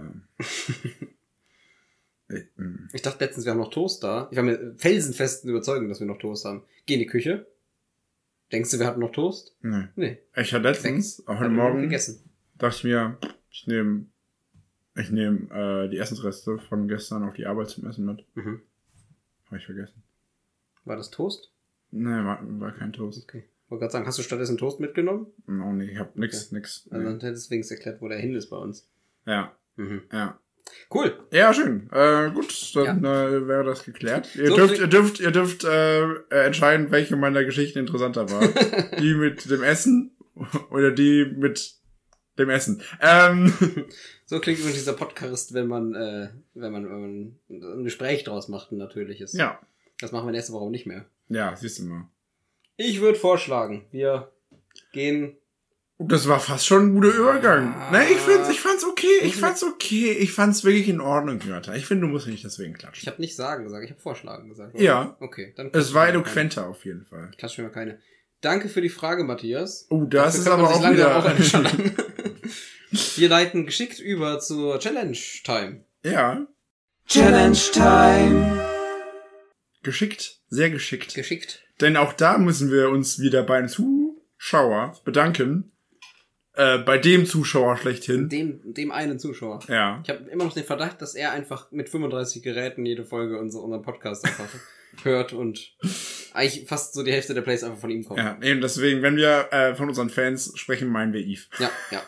äh, mh. Ich dachte letztens, wir haben noch Toast da. Ich war mir felsenfesten Überzeugung, dass wir noch Toast haben. Geh in die Küche. Denkst du, wir hatten noch Toast? nee. Nee. Ich hatte letztens, auch heute Hatten wir Morgen, gegessen. dachte ich mir, ich nehme ich nehm, äh, die Essensreste von gestern auf die Arbeit zum Essen mit. Mhm. Habe ich vergessen. War das Toast? Nee, war, war kein Toast. Okay. Ich wollte gerade sagen, hast du stattdessen Toast mitgenommen? Oh nee, ich hab nix, Okay. nix. Also Nee. dann hättest du wenigstens erklärt, wo der hin ist bei uns. Ja, Mhm. ja. Cool. Ja, schön. Äh, gut, dann äh, wäre das geklärt. Ihr So dürft, viel- ihr dürft, ihr dürft äh, äh, entscheiden, welche meiner Geschichten interessanter war. Die mit dem Essen oder die mit dem Essen. Ähm, So klingt übrigens dieser Podcast, wenn man, äh, wenn man, wenn man ein Gespräch draus macht, ein natürliches. ja, Das machen wir nächste Woche nicht mehr. ja, siehst du mal. Ich würde vorschlagen, wir gehen. Das war fast schon ein guter Übergang. Ah. Ne, ich find's, ich fand's okay, ich fand's okay, ich fand's wirklich in Ordnung, Jonathan. Ich finde, du musst nicht deswegen Ich klatschen. habe nicht sagen gesagt, ich habe vorschlagen gesagt. oder? Ja. Okay, dann. Es war klatschen wir mal eloquenter auf jeden Fall. keine. Klatschen wir mal keine. Danke für die Frage, Matthias. Oh, das Dafür ist kann aber man sich auch langsam wieder... auch anschauen. Wir leiten geschickt über zur Challenge Time. ja, Challenge Time. geschickt, sehr geschickt. Geschickt. Denn auch da müssen wir uns wieder beim Zuschauer bedanken. Äh, bei dem Zuschauer schlechthin. Dem, dem einen Zuschauer. Ja. Ich habe immer noch den Verdacht, dass er einfach mit fünfunddreißig Geräten jede Folge unser, unseren Podcast einfach hört und eigentlich fast so die Hälfte der Plays einfach von ihm kommt. Ja, eben deswegen, wenn wir äh, von unseren Fans sprechen, meinen wir Yves. Ja, ja.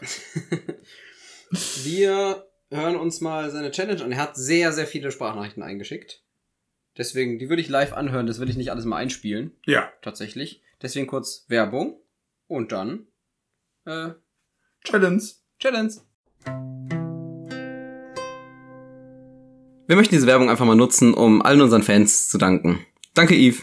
Wir hören uns mal seine Challenge an. Er hat sehr, sehr viele Sprachnachrichten eingeschickt. Deswegen, die würde ich live anhören. Das will ich nicht alles mal einspielen. Ja. Tatsächlich. Deswegen kurz Werbung. Und dann äh, Challenge. Challenge. Wir möchten diese Werbung einfach mal nutzen, um allen unseren Fans zu danken. Danke, Yves.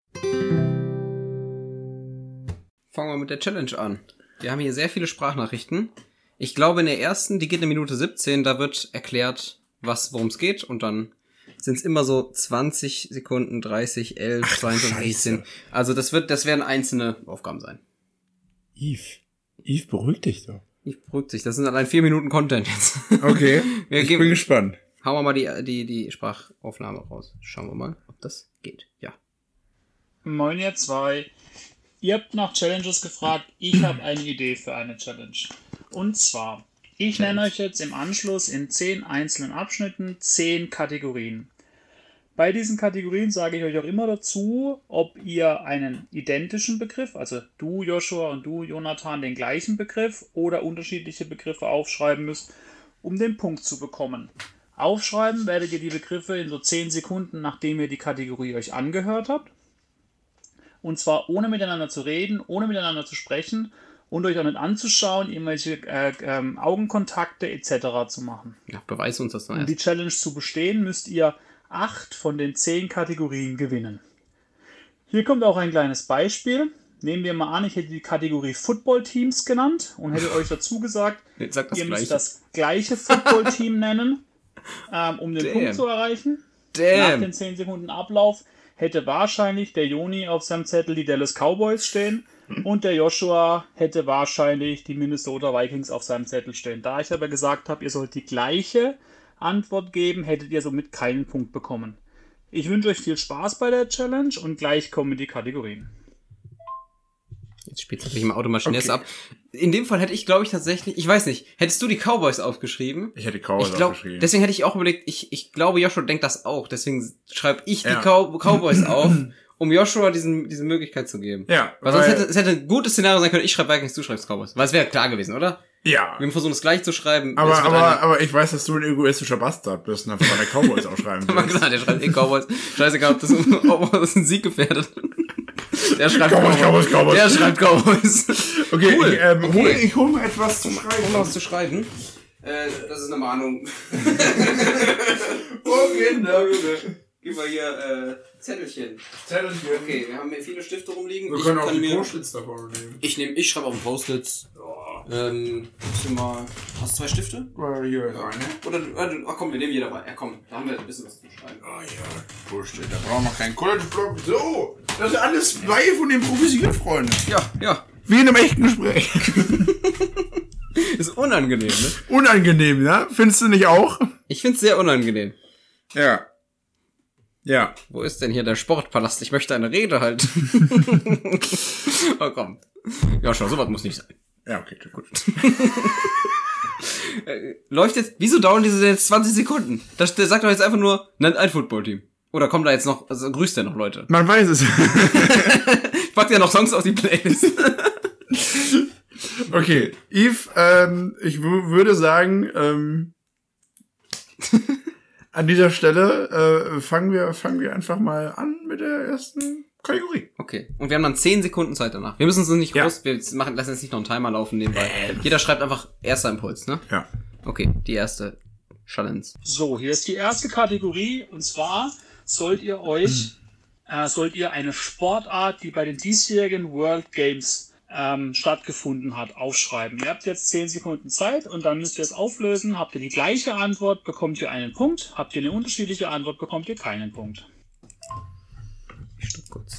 Fangen wir mit der Challenge an. Wir haben hier sehr viele Sprachnachrichten. Ich glaube, in der ersten, die geht eine Minute siebzehn, da wird erklärt, was, worum es geht. Und dann sind es immer so zwanzig Sekunden, dreißig, elf, zweiundzwanzig, sechzehn. Also das wird, das werden einzelne Aufgaben sein. Yves. Yves, beruhig dich doch. Ich beruhigt sich. Das sind allein vier Minuten Content jetzt. Okay, wir ich geben, bin gespannt. Hauen wir mal die, die, die Sprachaufnahme raus. Schauen wir mal, ob das geht. Ja. Moin ihr zwei. Ihr habt nach Challenges gefragt. Ich habe eine Idee für eine Challenge. Und zwar, ich nenne euch jetzt im Anschluss in zehn einzelnen Abschnitten zehn Kategorien. Bei diesen Kategorien sage ich euch auch immer dazu, ob ihr einen identischen Begriff, also du Joshua und du Jonathan den gleichen Begriff oder unterschiedliche Begriffe aufschreiben müsst, um den Punkt zu bekommen. Aufschreiben werdet ihr die Begriffe in so zehn Sekunden, nachdem ihr die Kategorie euch angehört habt. Und zwar ohne miteinander zu reden, ohne miteinander zu sprechen und euch auch nicht anzuschauen, irgendwelche äh, äh, Augenkontakte et cetera zu machen. Ja, beweis uns das dann Um erst. die Challenge zu bestehen, müsst ihr acht von den zehn Kategorien gewinnen. Hier kommt auch ein kleines Beispiel. Nehmen wir mal an, ich hätte die Kategorie Football-Teams genannt und hätte euch dazu gesagt, Sag das ihr müsst Gleiche. das gleiche Football-Team nennen, ähm, um den Damn. Punkt zu erreichen. Nach Damn. den zehn Sekunden Ablauf hätte wahrscheinlich der Joni auf seinem Zettel die Dallas Cowboys stehen und der Joshua hätte wahrscheinlich die Minnesota Vikings auf seinem Zettel stehen. Da ich aber gesagt habe, ihr sollt die gleiche Antwort geben, hättet ihr somit keinen Punkt bekommen. Ich wünsche euch viel Spaß bei der Challenge und gleich kommen die Kategorien. Jetzt spielt es natürlich im Automaschinell Okay. ab. In dem Fall hätte ich, glaube ich, tatsächlich, ich weiß nicht, hättest du die Cowboys aufgeschrieben? Ich hätte Cowboys Ich glaub, aufgeschrieben. deswegen hätte ich auch überlegt, ich, ich glaube, Joshua denkt das auch. Deswegen schreibe ich die Ja. Cow- Cowboys auf, um Joshua diesen, diese Möglichkeit zu geben. Ja, Weil sonst weil- hätte es hätte ein gutes Szenario sein können, ich schreibe Vikings, du schreibst Cowboys. Weil es wäre klar gewesen, oder? Ja. Wir versuchen es gleich zu schreiben. Aber, Es wird aber, eine- aber ich weiß, dass du ein egoistischer Bastard bist und einfach deine Cowboys aufschreiben Aber willst. klar, der schreibt eh Cowboys. Scheißegal, ob das, ob das einen Sieg gefährdet. Der schreibt Cowboys, Cowboys, Cowboys. Der schreibt Cowboys. Okay, Cool. ich, ähm, Okay. hol, ich hol mir etwas zu Um schreiben. was zu schreiben. Äh, das ist eine Mahnung. Oh, Kinder. Gib mal hier, äh, Zettelchen. Zettelchen. Okay, wir haben hier viele Stifte rumliegen. Wir Ich können auch kann die mir, Post-its davon nehmen. ich nehme, ich schreibe auf den Post-its. Ähm, gibst du mal, hast du zwei Stifte? Äh, Hier ist eine. Oder, du- ach komm, wir nehmen jeder mal. Ja komm, da haben wir ein bisschen was zu schreiben. Ah ja, Post-it. Da brauchen wir keinen College-Block. So, das ist alles live und improvisiert, Freunde. Ja, ja. Wie in einem echten Gespräch. Ist unangenehm, ne? Unangenehm, ne? Findest du nicht auch? Ich find's sehr unangenehm. Ja. Ja. Wo ist denn hier der Sportpalast? Ich möchte eine Rede halten. Oh komm. Ja, schau, sowas muss nicht sein. Ja, okay, gut. Äh, läuft jetzt, wieso dauern diese jetzt zwanzig Sekunden? Das, der sagt doch jetzt einfach nur, nennt ein Footballteam. Oder kommt da jetzt noch, also grüßt der noch Leute? Man weiß es. Ich pack ja noch Songs auf die Playlist. Okay, Yves, ähm, ich w- würde sagen, ähm, an dieser Stelle äh, fangen wir fangen wir einfach mal an mit der ersten Kategorie. Okay. Und wir haben dann zehn Sekunden Zeit danach. Wir müssen uns nicht Ja. groß, wir machen, lassen jetzt nicht noch einen Timer laufen nebenbei. Jeder schreibt einfach erster Impuls, ne? Ja. Okay, die erste Challenge. So, hier ist die erste Kategorie und zwar sollt ihr euch, äh, sollt ihr eine Sportart, die bei den diesjährigen World Games ähm, stattgefunden hat, aufschreiben. Ihr habt jetzt zehn Sekunden Zeit und dann müsst ihr es auflösen. Habt ihr die gleiche Antwort, bekommt ihr einen Punkt. Habt ihr eine unterschiedliche Antwort, bekommt ihr keinen Punkt. Ich stopp kurz.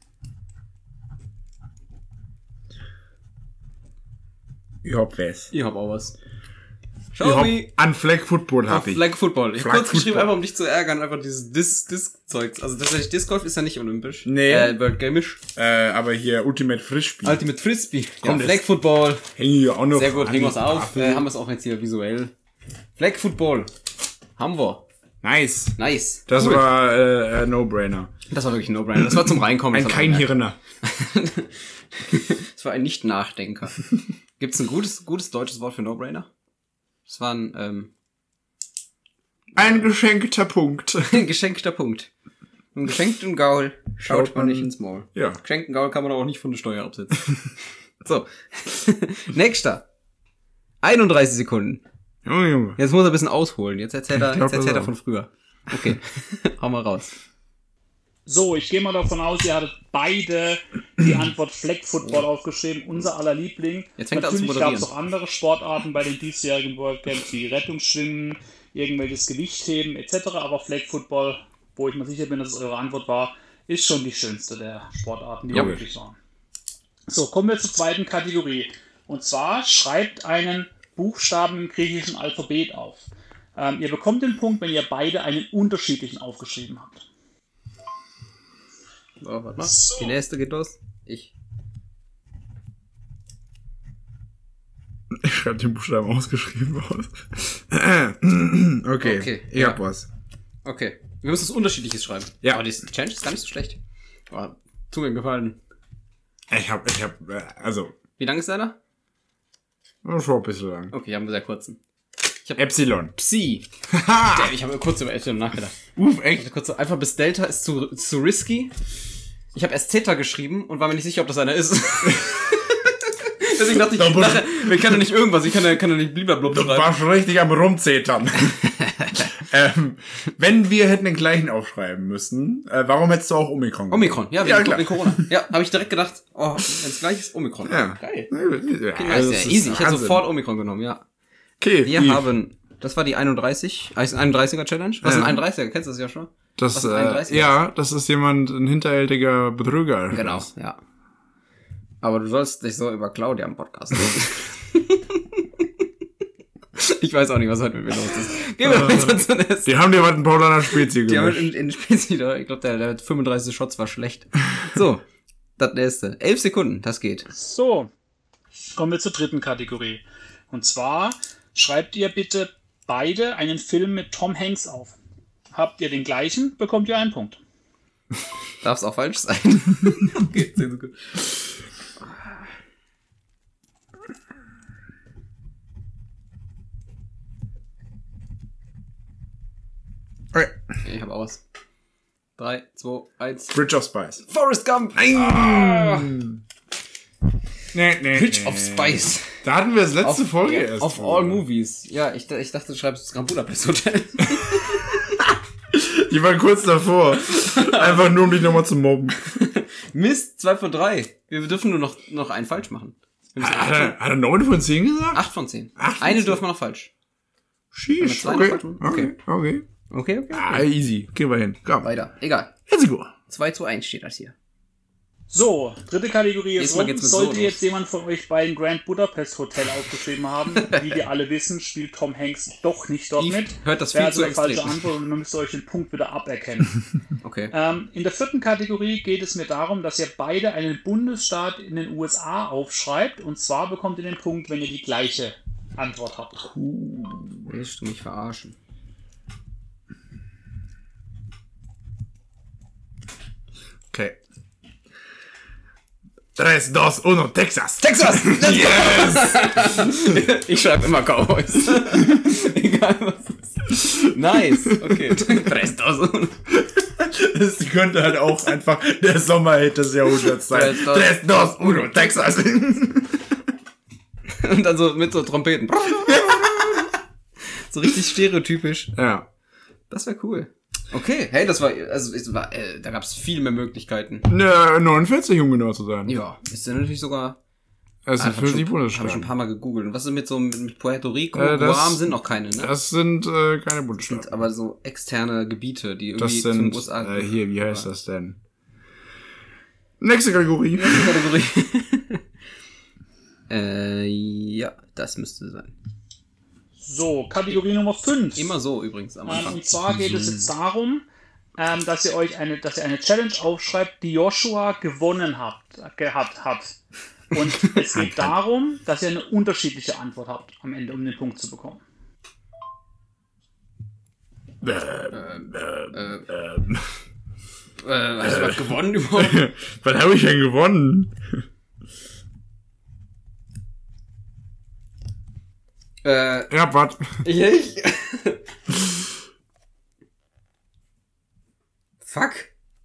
Ich hab was. Ich hab auch was. Ich Schau hab, wie. an Flag Football Auf hab ich. Flag Football. Ich hab Flag kurz geschrieben, Football. einfach um dich zu ärgern, einfach dieses Dis Disc-Zeugs. Also tatsächlich, Disc Golf ist ja nicht olympisch. Nee. Äh, World Gamish. Äh, aber hier Ultimate Frisbee. Ultimate Frisbee. Komm, ja, das- Flag Football. Hängen hier auch noch. Sehr gut, an hängen die wir's auf. Tafel. Äh, haben wir es auch jetzt hier visuell. Flag Football. Haben wir. Nice. Nice. Das Cool. war äh, äh, No-Brainer. Das war wirklich ein No-Brainer. Das war zum Reinkommen. Ein Das war kein ein- Hirner. Das war ein Nicht-Nachdenker. Gibt's ein gutes, gutes deutsches Wort für No-Brainer? Das war ein, ähm, Ein geschenkter Punkt. geschenkter Punkt. Ein geschenkten Gaul schaut, Schaut man man- nicht ins Maul. Ja. Geschenkten Gaul kann man auch nicht von der Steuer absetzen. So. Nächster. einunddreißig Sekunden. Junge, Junge. Jetzt muss er ein bisschen ausholen. Jetzt erzählt er, Ich glaub, jetzt erzählt er das von früher. Okay. Hau mal raus. So, ich gehe mal davon aus, ihr hattet beide die Antwort Flag Football aufgeschrieben, unser aller Liebling. Jetzt fängt er an zu Natürlich gab es moderieren. auch andere Sportarten bei den diesjährigen World Games, wie Rettungsschwimmen, irgendwelches Gewichtheben et cetera. Aber Flag Football, wo ich mir sicher bin, dass es eure Antwort war, ist schon die schönste der Sportarten, die Ja. möglich waren. So, kommen wir zur zweiten Kategorie. Und zwar schreibt einen Buchstaben im griechischen Alphabet auf. Ähm, ihr bekommt den Punkt, wenn ihr beide einen unterschiedlichen aufgeschrieben habt. So, warte mal. So. Die nächste geht los. Ich. Ich schreibe den Buchstaben ausgeschrieben aus. okay, Okay, ich ja. hab was. Okay. Wir müssen was Unterschiedliches schreiben. Ja. Aber die Challenge ist gar nicht so schlecht. Oh, tu mir einen Gefallen. Ich hab, ich hab, äh, also, Wie lang ist deiner? schon ein bisschen lang. Okay, haben wir sehr kurzen. Epsilon. Psi. Damn, ich habe kurz über Epsilon nachgedacht. Uff, Ich echt? dachte kurz so, einfach bis Delta ist zu, ist zu risky. Ich habe erst Theta geschrieben und war mir nicht sicher, ob das einer ist. Deswegen dachte ich, Doppel- nachher, wir können ja nicht irgendwas, ich kann ja, kann ja nicht bliblablub Du schreiben. warst schon richtig am Rumzetern. ähm, wenn wir hätten den gleichen aufschreiben müssen, äh, warum hättest du auch Omikron gemacht? Omikron, ja, Ja, wegen klar. wegen Corona. Ja, habe ich direkt gedacht, oh, wenn's gleich ist, Omikron. Ja. Geil. Ja, Okay, also nice, das ja, ist easy. Ich hätte Wahnsinn. sofort Omikron genommen, ja. Okay, Wir die- haben, das war die einunddreißig, also einunddreißiger Challenge. Was ist Ja. ein einunddreißiger? Kennst du das ja schon? das, was ist äh, einunddreißiger? ja, das ist jemand, ein hinterhältiger Betrüger. Genau, ja. Aber du sollst dich so über Claudia im Podcast reden. Ich weiß auch nicht, was heute mit mir los ist. Gehen wir weiter zur nächsten. Die haben dir was in Paulaner Spezie Die haben gemischt. in, in Spezi da, ich glaube, der, der fünfunddreißig Shots war schlecht. So, das nächste. Elf Sekunden, das geht. So, kommen wir zur dritten Kategorie. Und zwar schreibt ihr bitte beide einen Film mit Tom Hanks auf. Habt ihr den gleichen, bekommt ihr einen Punkt. Darf es auch falsch sein? Okay, zehn Sekunden. Okay. Ich habe auch was. Drei, zwei, eins. Bridge of Spice. Forrest Gump! Nein! Nee, nee, Bridge nee. of Spice. Da hatten wir das letzte Auf- Folge ja, erst. Auf drüber. all movies. Ja, ich, ich dachte, du schreibst das Grand Budapest Hotel. Die waren kurz davor. Einfach nur, um dich nochmal zu mobben. Mist, zwei von drei. Wir dürfen nur noch, noch einen falsch machen. Wir müssen Hat er, hat er neun von zehn gesagt? acht von zehn. Acht von Eine zehn. dürfen wir noch falsch. Sheesh. zwei Okay. noch falsch machen? Okay. Okay. Okay, okay. Ah, easy. Gehen wir hin. Komm. Weiter. Egal. Let's go. zwei zu eins steht das hier. So, dritte Kategorie ist Diesmal rum. geht's mit Sollte so jetzt los. jemand von euch beiden Grand Budapest Hotel aufgeschrieben haben, wie wir alle wissen, spielt Tom Hanks doch nicht dort Eve mit. hört das Wäre viel zu also eine falsche extrem. Antwort und dann müsst ihr euch den Punkt wieder aberkennen. Okay. ähm, in der vierten Kategorie geht es mir darum, dass ihr beide einen Bundesstaat in den U S A aufschreibt und zwar bekommt ihr den Punkt, wenn ihr die gleiche Antwort habt. Willst du mich verarschen? Okay. Tres, dos, uno, Texas. Texas! Yes! Ich schreibe immer Cowboys. Egal was ist. Nice. Okay. Tres, dos, uno. Das könnte halt auch einfach der Sommerhit des Jahrhunderts sein. Tres, dos- Tres, dos, uno, Texas. Und dann so mit so Trompeten. So richtig stereotypisch. Ja. Das wäre cool. Okay, hey, das war, also es war, äh, da gab's viel mehr Möglichkeiten. Ne, neunundvierzig, um genau zu sein. Ja, ist ja natürlich sogar. Es Ah, sind hab schon- fünfzig Hab ich schon ein Bundesstaaten. paar Mal gegoogelt. Und was ist mit so mit, mit Puerto Rico? Äh, das- Guam sind noch keine, ne? Das sind äh, keine Bundesstaaten. Aber so externe Gebiete, die irgendwie Das zum sind, U S A äh, hier, wie heißt das denn? Nächste Kategorie. Kategorie. äh, ja, das müsste sein. So, Kategorie Nummer fünf. Immer so übrigens am Ähm, Anfang. und zwar geht es jetzt darum, ähm, dass ihr euch eine, dass ihr eine Challenge aufschreibt, die Joshua gewonnen habt, gehabt hat. Und es geht darum, dass ihr eine unterschiedliche Antwort habt am Ende, um den Punkt zu bekommen. Ähm, Äh, hast du was gewonnen überhaupt? Was habe ich denn gewonnen? äh, Ja, was? ich? Fuck.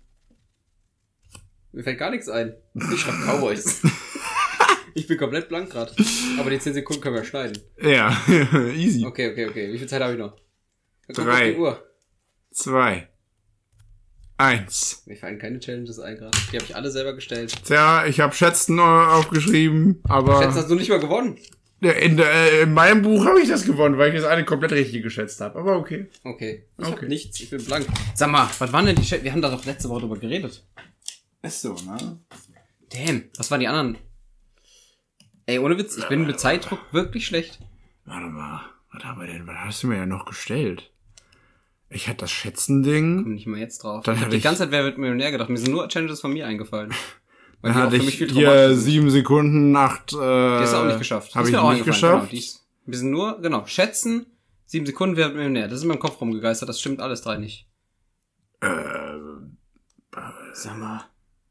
Mir fällt gar nichts ein. Ich schreib Cowboys. Ich bin komplett blank gerade. Aber die zehn Sekunden können wir schneiden. Ja, easy. Okay, okay, okay. Wie viel Zeit habe ich noch? Da kommt Drei. auf die Uhr. Zwei. Eins. Mir fallen keine Challenges ein gerade. Die habe ich alle selber gestellt. Tja, ich habe Schätzen aufgeschrieben, aber Schätze, hast du nicht mal gewonnen. in, der, äh, in meinem Buch habe ich das gewonnen, weil ich das eine komplett richtig geschätzt habe. Aber okay. Okay. Ich Okay. hab nichts. Ich bin blank. Sag mal, was waren denn die Chat? Wir haben da doch letzte Woche drüber geredet. Ist so, ne? Damn. Was waren die anderen? Ey, ohne Witz, ich bin mit Zeitdruck wirklich schlecht. Warte mal, was haben wir denn? Was hast du mir ja noch gestellt? Ich hatte das Schätzen-Ding. Komm nicht mal jetzt drauf. Dann ich hab hatte die ich- ganze Zeit Wer wird Millionär gedacht. Mir sind nur Challenges von mir eingefallen. Weil Dann die auch hatte für mich ich viel hier traumatisch sind. sieben Sekunden, acht, äh... Die hast du auch nicht geschafft. Die Habe ist ich mir auch nicht eingefallen, geschafft. Genau, die ist, wir sind nur, genau, schätzen, sieben Sekunden, wer wird Millionär. Das ist in meinem Kopf rumgegeistert, das stimmt alles drei nicht. Äh, Sag mal.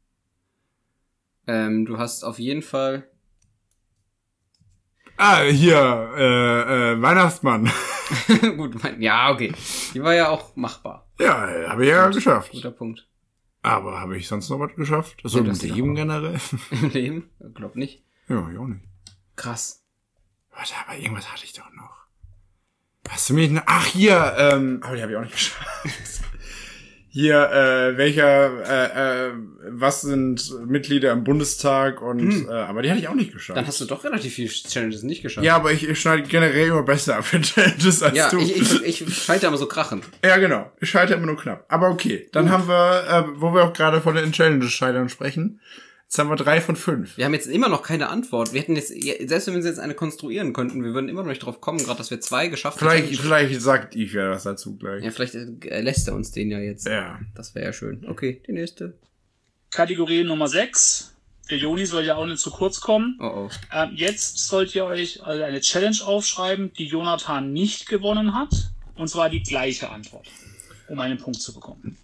Ähm, du hast auf jeden Fall... ah, hier, äh, äh, Weihnachtsmann. Gut, mein, ja, okay. Die war ja auch machbar. Ja, habe ich ja Gut, geschafft. Guter Punkt. Aber habe ich sonst noch was geschafft? So Ja, im das ist Leben doch- generell? Im Leben? Glaub nicht. Ja, ich auch nicht. Krass. Warte, aber irgendwas hatte ich doch noch. Hast du mich... n- Ach, hier, ähm... Aber die habe ich auch nicht geschafft. Hier, äh, welcher, äh, äh, was sind Mitglieder im Bundestag und, Hm. äh, aber die hatte ich auch nicht geschafft. Dann hast du doch relativ viele Challenges nicht geschafft. Ja, aber ich, ich schneide generell immer besser ab für Challenges als ja du. ich, ich, ich schalte immer so krachen. Ja, genau. Ich schalte immer nur knapp. Aber okay, dann Gut. haben wir, äh, wo wir auch gerade von den Challenges-Scheitern sprechen, jetzt haben wir drei von fünf. Wir haben jetzt immer noch keine Antwort. Wir hätten jetzt, selbst wenn wir jetzt eine konstruieren könnten, wir würden immer noch nicht drauf kommen, gerade dass wir zwei geschafft haben. Vielleicht, vielleicht sagt Yves ja was dazu gleich. Ja, vielleicht äh, lässt er uns den ja jetzt. Ja. Das wäre ja schön. Okay, die nächste. Kategorie Nummer sechs. Der Joni soll ja auch nicht zu kurz kommen. Oh oh. Ähm, jetzt sollt ihr euch also eine Challenge aufschreiben, die Jonathan nicht gewonnen hat. Und zwar die gleiche Antwort, um einen Punkt zu bekommen.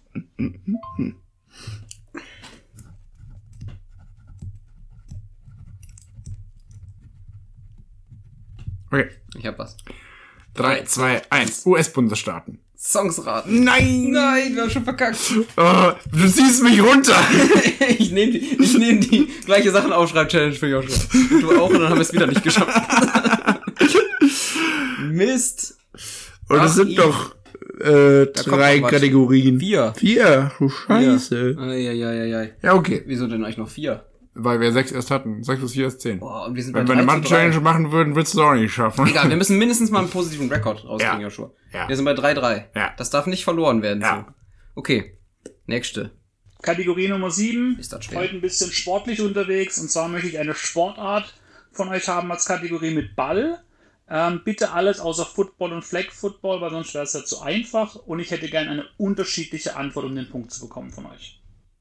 Okay. Ich hab was. Drei, zwei, eins. U S-Bundesstaaten. Songs raten. Nein! Nein, wir haben schon verkackt. Oh, du ziehst mich runter! ich nehme die, ich nehm die gleiche Sachen aufschreiben Challenge für Joshua. Und du auch und dann haben wir es wieder nicht geschafft. Mist. Und Ach, es sind Yves. doch äh, kommt drei noch was. Kategorien. Vier. Vier? Du Scheiße. Eieieiei. Ja, okay. Wieso denn eigentlich noch vier? Weil wir sechs erst hatten. Sechs plus vier ist zehn. Boah, und wir sind Wenn bei wir eine drei zu drei. Mathe-Challenge machen würden, würdest du es auch nicht schaffen. Egal, wir müssen mindestens mal einen positiven Rekord rauskriegen, Ja. Joshua. Ja. Wir sind bei drei drei. Ja. Das darf nicht verloren werden. Ja. So. Okay, nächste. Kategorie Nummer sieben. Ist das schwer? Heute ein bisschen sportlich unterwegs. Und zwar möchte ich eine Sportart von euch haben als Kategorie mit Ball. Ähm, bitte alles außer Football und Flag Football, weil sonst wäre es ja zu einfach. Und ich hätte gerne eine unterschiedliche Antwort, um den Punkt zu bekommen von euch.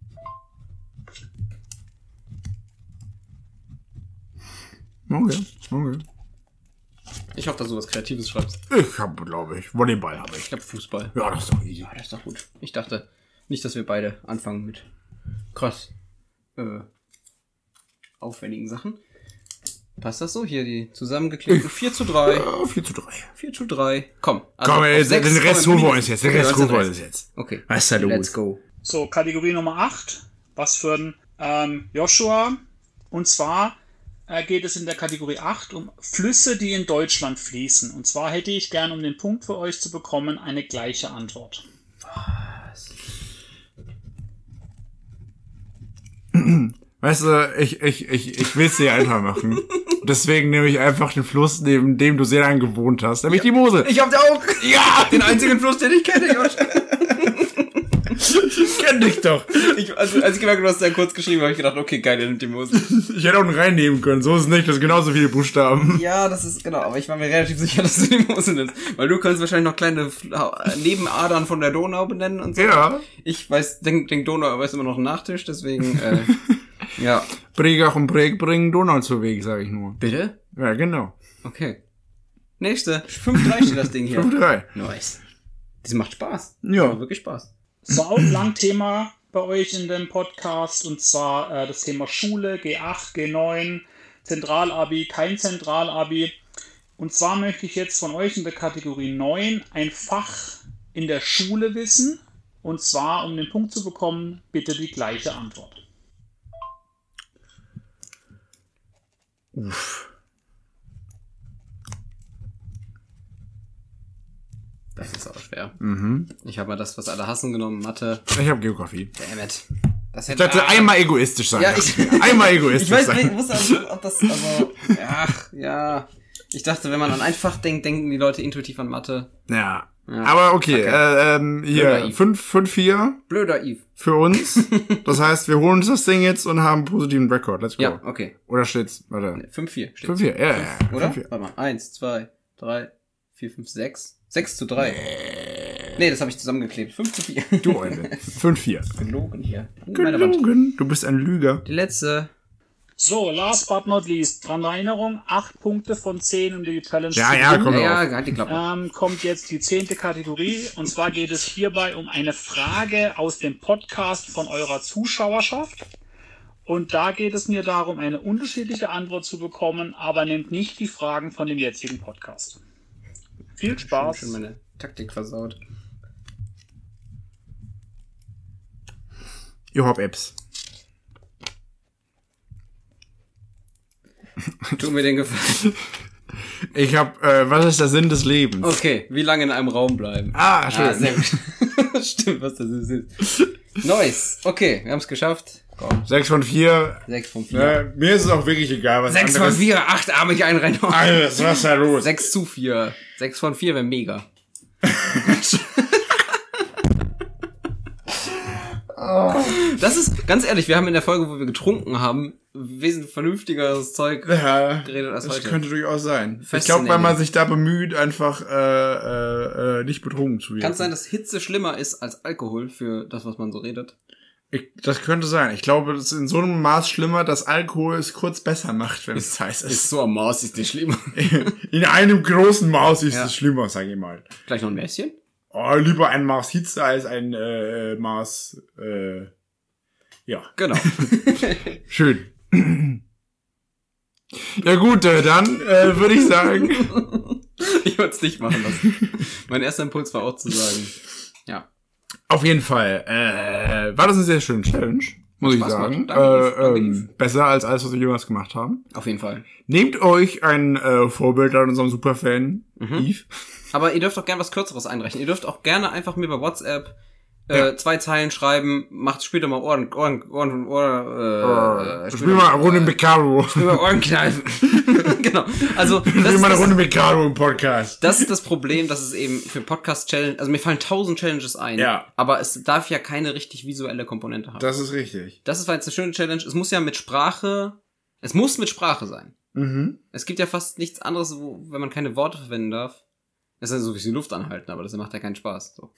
Okay, okay. Ich hoffe, dass du was Kreatives schreibst. Ich habe, glaube ich, Volleyball habe ich. Ich glaube Fußball. Ja, das ist doch easy. Ja, das ist doch gut. Ich dachte nicht, dass wir beide anfangen mit krass äh, aufwendigen Sachen. Passt das so? Hier die zusammengeklebten vier zu drei. Ja, vier zu drei. vier zu drei. Komm. Also Komm, auf ey, sechs den Rest kommen holen wir wir uns jetzt. Den Okay, Rest du hast holen wir den uns Rest. jetzt. Okay. Was ist da los? Let's go. So, Kategorie Nummer acht. Was für ein ähm, Joshua. Und zwar äh, geht es in der Kategorie acht um Flüsse, die in Deutschland fließen. Und zwar hätte ich gern, um den Punkt für euch zu bekommen, eine gleiche Antwort. Weißt du, ich, ich, ich, ich will es dir einfach machen. Deswegen nehme ich einfach den Fluss, neben dem du sehr lange gewohnt hast. Nämlich die Mosel. Ich hab auch ja den einzigen Fluss, den ich kenne, Josh. Ich kenn dich doch. Ich, also, als ich gemerkt habe, du hast ja kurz geschrieben, habe ich gedacht, okay, geil, der nimmt die Mosel. Ich hätte auch einen reinnehmen können. So ist es nicht. Das sind genauso viele Buchstaben. Ja, das ist, genau, aber ich war mir relativ sicher, dass du die Mosel nimmst. Weil du kannst wahrscheinlich noch kleine Fla- Nebenadern von der Donau benennen und so. Ja. Ich weiß, denk, denk Donau, aber ist immer noch ein Nachtisch, deswegen, äh, ja. Pregach und Preg bringen Donau zu Weg, sag ich nur. Bitte? Ja, genau. Okay. Nächste. fünf drei steht das Ding hier. fünf drei. Nice. Das macht Spaß. Ja. Macht wirklich Spaß. Es war auch ein lang Thema bei euch in dem Podcast, und zwar äh, das Thema Schule, G acht, G neun, Zentralabi, kein Zentralabi. Und zwar möchte ich jetzt von euch in der Kategorie neun ein Fach in der Schule wissen. Und zwar, um den Punkt zu bekommen, bitte die gleiche Antwort. Uff. Das ist auch schwer. Mhm. Ich habe mal das, was alle hassen, genommen. Mathe. Ich habe Geografie. Damn it. Das Ich hätte sollte ah, einmal egoistisch sein. Ja, ich- einmal egoistisch Ich weiß sein. nicht, muss also, ob das, also, ach, ja. Ich dachte, wenn man an ein Fach denkt, denken die Leute intuitiv an Mathe. Ja. Ja. Aber okay, Okay. Äh, ähm, hier, fünf vier Blöder Eve. für uns. Das heißt, wir holen uns das Ding jetzt und haben einen positiven Rekord. Let's go. Ja, okay. Oder steht's, warte. fünf vier steht. fünf vier, ja, ja, ja. Oder? fünf vier. Warte mal. eins, zwei, drei, vier, fünf, sechs. sechs zu drei. Nee, das habe ich zusammengeklebt. fünf zu vier. Du Eule. fünf vier. Gelogen hier. Meine Wand. Gelogen. Du bist ein Lüger. Die letzte. So, last but not least, dran Erinnerung, acht Punkte von zehn, um die Challenge Ja, zu ja, gewinnen. komm. Ja, ja, halt die Klappe. Ähm, kommt jetzt die zehnte Kategorie, und zwar geht es hierbei um eine Frage aus dem Podcast von eurer Zuschauerschaft. Und da geht es mir darum, eine unterschiedliche Antwort zu bekommen, aber nehmt nicht die Fragen von dem jetzigen Podcast. Viel Spaß. Schon meine Taktik versaut. Ich hab Apps. Tu mir den Gefallen. Ich hab, äh, was ist der Sinn des Lebens? Okay, wie lange in einem Raum bleiben? Ah, schön. Ah, sehr gut. Stimmt, was das ist. Nice. Okay, wir haben es geschafft. Komm. sechs von vier. sechs von vier. Äh, mir ist es auch wirklich egal, was sechs von anderes- vier, achtarmig einrennen. Alter, was ist da los? sechs zu vier. sechs von vier wäre mega. Das ist, ganz ehrlich, wir haben in der Folge, wo wir getrunken haben, wesentlich vernünftigeres Zeug Ja, geredet als das heute. könnte durchaus sein. Ich Fascinating. glaube, weil man sich da bemüht, einfach äh, äh, äh, nicht betrunken zu werden. Kann es sein, dass Hitze schlimmer ist als Alkohol für das, was man so redet? Ich, das könnte sein. Ich glaube, das ist in so einem Maß schlimmer, dass Alkohol es kurz besser macht, wenn es heiß ist. Ist so am Maß, ist nicht schlimmer. In einem großen Maß ist Ja. es schlimmer, sag ich mal. Gleich noch ein Mäschen? Oh, lieber ein Maß Hitze als ein äh, Maß, äh, ja. Genau. Schön. Ja gut, äh, dann äh, würde ich sagen, Ich würde es nicht machen lassen. Mein erster Impuls war auch zu sagen, ja. auf jeden Fall, äh, war das eine sehr schöne Challenge, muss ich Spaß sagen. gemacht. Danke, Yves. Äh, Danke, ähm, Yves. besser als alles, was wir jemals gemacht haben. Auf jeden Fall. Nehmt euch ein äh, Vorbild an unserem Superfan, Mhm. Yves. Aber ihr dürft auch gerne was Kürzeres einreichen. Ihr dürft auch gerne einfach mir bei WhatsApp äh, Ja. zwei Zeilen schreiben, macht später mal Ohren, Ohren, Ohren, Ohren, äh, Spiel mal eine Runde mit Caro. Spiel mal Ohren kneifen. Genau. Also, das Spiel ist, mal eine das, Runde mit Caro im Podcast. das ist das Problem, dass es eben für Podcast-Challenge, also mir fallen tausend Challenges ein, Ja. aber es darf ja keine richtig visuelle Komponente haben. Das ist richtig. Das ist jetzt eine schöne Challenge. Es muss ja mit Sprache, es muss mit Sprache sein. Mhm. Es gibt ja fast nichts anderes, wo, wenn man keine Worte verwenden darf. Das ist ja so wie die Luft anhalten, aber das macht ja keinen Spaß. So.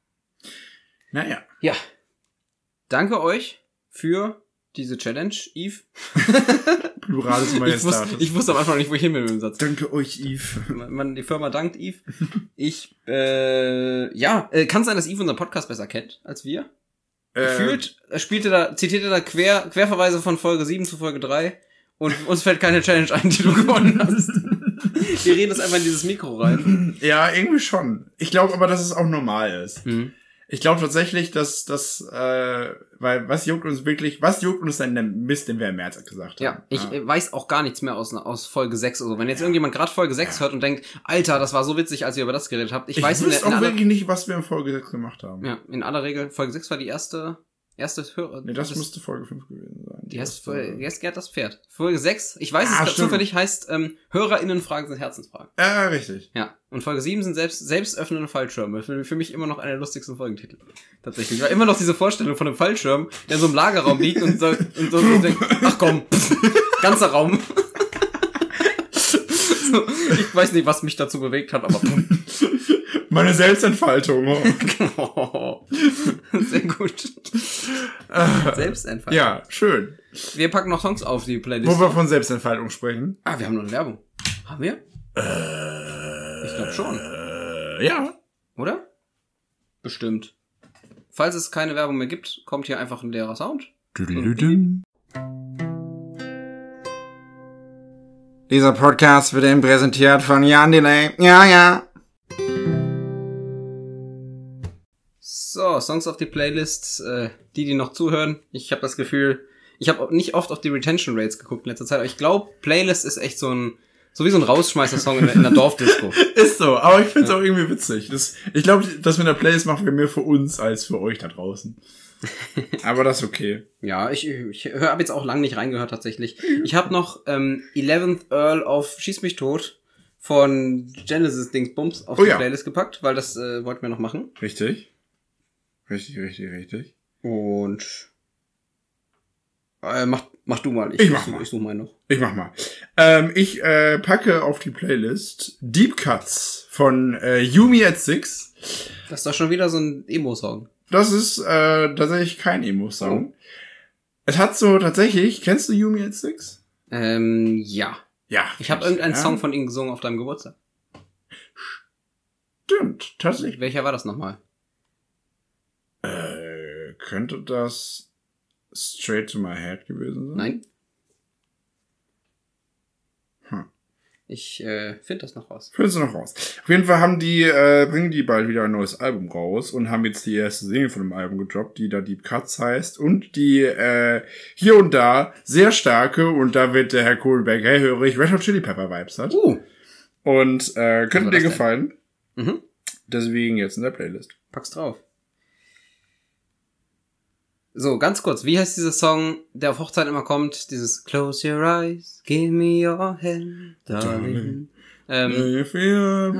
Naja. Ja. Danke euch für diese Challenge, Yves. Plurales Ich wusste, Majestatis. ich wusste am Anfang nicht, wo ich hin bin mit dem Satz. Danke euch, Yves. Man, man- die Firma dankt Yves. Ich, äh, ja, äh, kann sein, dass Yves unseren Podcast besser kennt als wir. Gefühlt äh, spielte da, zitierte da Quer, Querverweise von Folge sieben zu Folge drei und uns fällt keine Challenge ein, die du gewonnen hast. Wir reden das einfach in dieses Mikro rein. Ja, irgendwie schon. Ich glaube aber, dass es auch normal ist. Mhm. Ich glaube tatsächlich, dass das, äh, weil was juckt uns wirklich, was juckt uns denn der Mist, den wir im März gesagt haben? Ja, ich äh, weiß auch gar nichts mehr aus, aus Folge sechs oder so. Wenn jetzt irgendjemand gerade Folge sechs hört und denkt, Alter, das war so witzig, als ihr über das geredet habt. Ich, Ich weiß in, wüsste der, in, auch aller, wirklich nicht, was wir in Folge sechs gemacht haben. ja, in aller Regel, Folge sechs war die erste, erste Hörer. Nee, das müsste Folge fünf gewesen sein. Die heißt, Das, äh, Folge, jetzt Gerd das Pferd. Folge sechs, ich weiß Ah, es, stimmt. zufällig heißt, ähm, HörerInnenfragen sind Herzensfragen. Ja, richtig. Ja. Und Folge sieben sind selbst, selbstöffnende Fallschirme. Für, für mich immer noch einer der lustigsten Folgentitel. Tatsächlich. Weil immer noch diese Vorstellung von einem Fallschirm, der in so einem Lagerraum liegt und so, und so, und denkt, ach komm, ganzer Raum. So, ich weiß nicht, was mich dazu bewegt hat, aber Meine Selbstentfaltung. oh. Sehr gut. Selbstentfaltung. Ja, schön. Wir packen noch Songs auf die Playlist. Wo wir von Selbstentfaltung sprechen. Ah, wir haben noch eine Werbung. Haben wir? Ich glaube schon. Äh, ja. Oder? Bestimmt. Falls es keine Werbung mehr gibt, kommt hier einfach ein leerer Sound. Düdelüdüm. Dieser Podcast wird Ihnen präsentiert von Jan Delay. Ja, ja. So, Songs auf die Playlist. Äh, die, die noch zuhören. Ich habe das Gefühl, ich habe nicht oft auf die Retention Rates geguckt in letzter Zeit, aber ich glaube, Playlist ist echt so ein, so wie so ein Rausschmeißer-Song in, der- in der Dorfdisco. Ist so, aber ich find's auch irgendwie witzig. Das, ich glaube, das mit der Playlist machen wir mehr für uns als für euch da draußen. Aber das ist okay. Ja, ich, ich habe jetzt auch lange nicht reingehört tatsächlich. Ich habe noch ähm, eleventh Earl auf Schieß mich tot von Genesis Dingsbums auf Oh die ja. Playlist gepackt, weil das äh, wollten wir noch machen. Richtig. Richtig, richtig, richtig. Und äh, mach, mach du mal. Ich mach mal. Ich suche mal noch. Ich mach mal. Ähm, ich äh, packe auf die Playlist Deep Cuts von äh, Yumi at Six. Das ist doch schon wieder so ein Emo-Song. Das ist äh, tatsächlich kein Emo-Song. Es hat so tatsächlich, kennst du Yumi at Six? Ähm, ja. Ja. Ich habe irgendeinen ja. Song von ihnen gesungen auf deinem Geburtstag. Stimmt, tatsächlich. Welcher war das nochmal? Äh, könnte das Straight to My Head gewesen sein? Nein? Hm. Ich äh, finde das noch raus. Findest du noch raus. Auf jeden Fall haben die, äh, bringen die bald wieder ein neues Album raus und haben jetzt die erste Single von dem Album gedroppt, die da Deep Cuts heißt und die äh, hier und da sehr starke, und da wird der Herr Kohlberg hellhörig, Red Hot Chili Pepper Vibes hat. Uh. Und äh, könnte war dir das denn? gefallen. Mhm. Deswegen jetzt in der Playlist. Pack's drauf. So, ganz kurz. Wie heißt dieser Song, der auf Hochzeit immer kommt? Dieses Close your eyes, give me your hand, darling. Ähm, If you're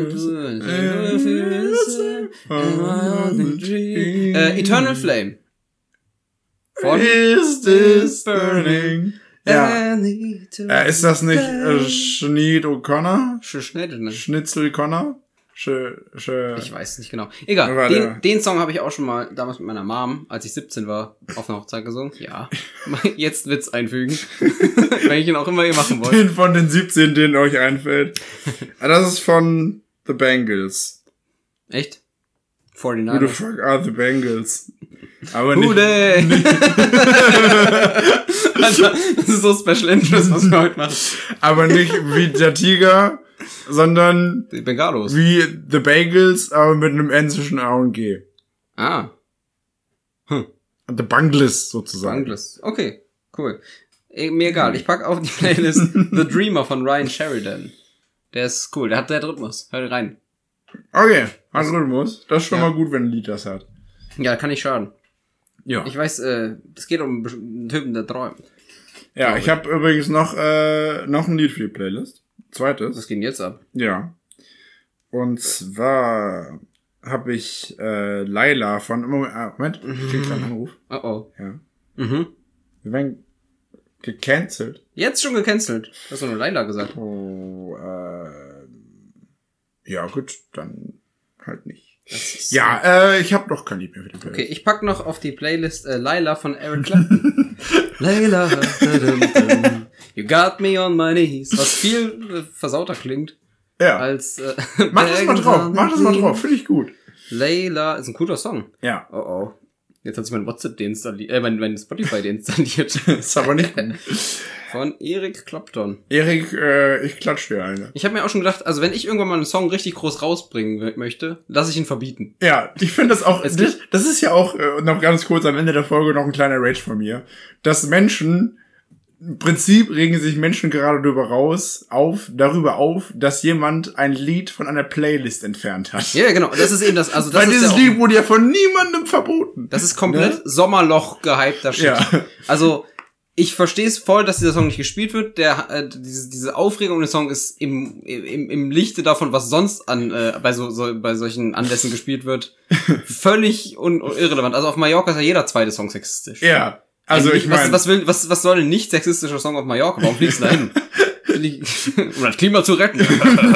äh, Eternal Flame. Von Is this burning? Ja. Äh, ist das nicht äh, Sinead O'Connor? Schnell, Schnitzel Connor? Sch, sch, Ich weiß nicht genau. Egal, Warte. den, den Song habe ich auch schon mal damals mit meiner Mom, als ich siebzehn war, auf einer Hochzeit gesungen. Ja, jetzt Witz einfügen. Welchen auch immer ihr machen wollt. Den von den siebzehn, den euch einfällt. Ah, das ist von The Bangles. Echt? Who the neunundvierzig. fuck are The Bangles? Aber Who nicht... they? Alter, das ist so Special Interest, was wir heute machen. Aber nicht wie der Tiger, sondern Die Bengalos. wie The Bangles, aber mit einem N zwischen A und G. Ah, The Bangles sozusagen. Bangles. Okay, cool. Eh, mir egal, ich pack auf die Playlist The Dreamer von Ryan Sheridan. Der ist cool, der hat der Rhythmus. Hör rein. Okay, hat Rhythmus. Das ist schon Ja. mal gut, wenn ein Lied das hat. Ja, kann ich schaden. Ja. Ich weiß, äh, es geht um einen Typen, der träumt. Ja, ich habe übrigens noch äh, noch ein Lied für die Playlist. Zweites. Was geht denn jetzt ab? Ja. Und zwar habe ich äh, Laila von... Moment, Moment ich krieg einen Anruf. Oh oh. Ja. Mhm. Wir werden gecancelt. Jetzt schon gecancelt. Du hast doch nur Laila gesagt. Oh, äh, ja gut, dann halt nicht. Das ist Ja, äh, ich habe noch kein Lied mehr für die Playlist. Okay, ich pack noch auf die Playlist äh, Laila von Eric Clapton. Laila, dum, dum, you got me on my knees. Was viel äh, versauter klingt Ja, als äh, mach das mal drauf, mach das mal drauf, finde ich gut. Layla ist ein cooler Song. Ja, Oh oh. Jetzt hat sich mein WhatsApp deinstalliert, äh, mein, mein Spotify deinstalliert. ist aber nicht gut. Von Eric Clapton. Erik, äh, ich klatsch dir eine. Ich habe mir auch schon gedacht, also wenn ich irgendwann mal einen Song richtig groß rausbringen w- möchte, lasse ich ihn verbieten. Ja, ich finde das auch, Es das, das ist ja auch, äh, noch ganz kurz am Ende der Folge noch ein kleiner Rage von mir, dass Menschen, im Prinzip regen sich Menschen gerade darüber raus, auf, darüber auf, dass jemand ein Lied von einer Playlist entfernt hat. Ja, genau. Das ist eben das. Also das Weil ist dieses ja auch, Lied wurde ja von niemandem verboten. das ist komplett Sommerloch gehypter Shit. Ja. Also ich verstehe es voll, dass dieser Song nicht gespielt wird. Der äh, diese diese Aufregung des Songs ist im im im Lichte davon, was sonst an äh, bei so, so bei solchen Anlässen gespielt wird, völlig un, irrelevant. Also auf Mallorca ist ja jeder zweite Song sexistisch. Ja, also Ein- ich meine, was, was will was was soll ein nicht sexistischer Song auf Mallorca? Warum fliegst du da hin? Um das Klima zu retten.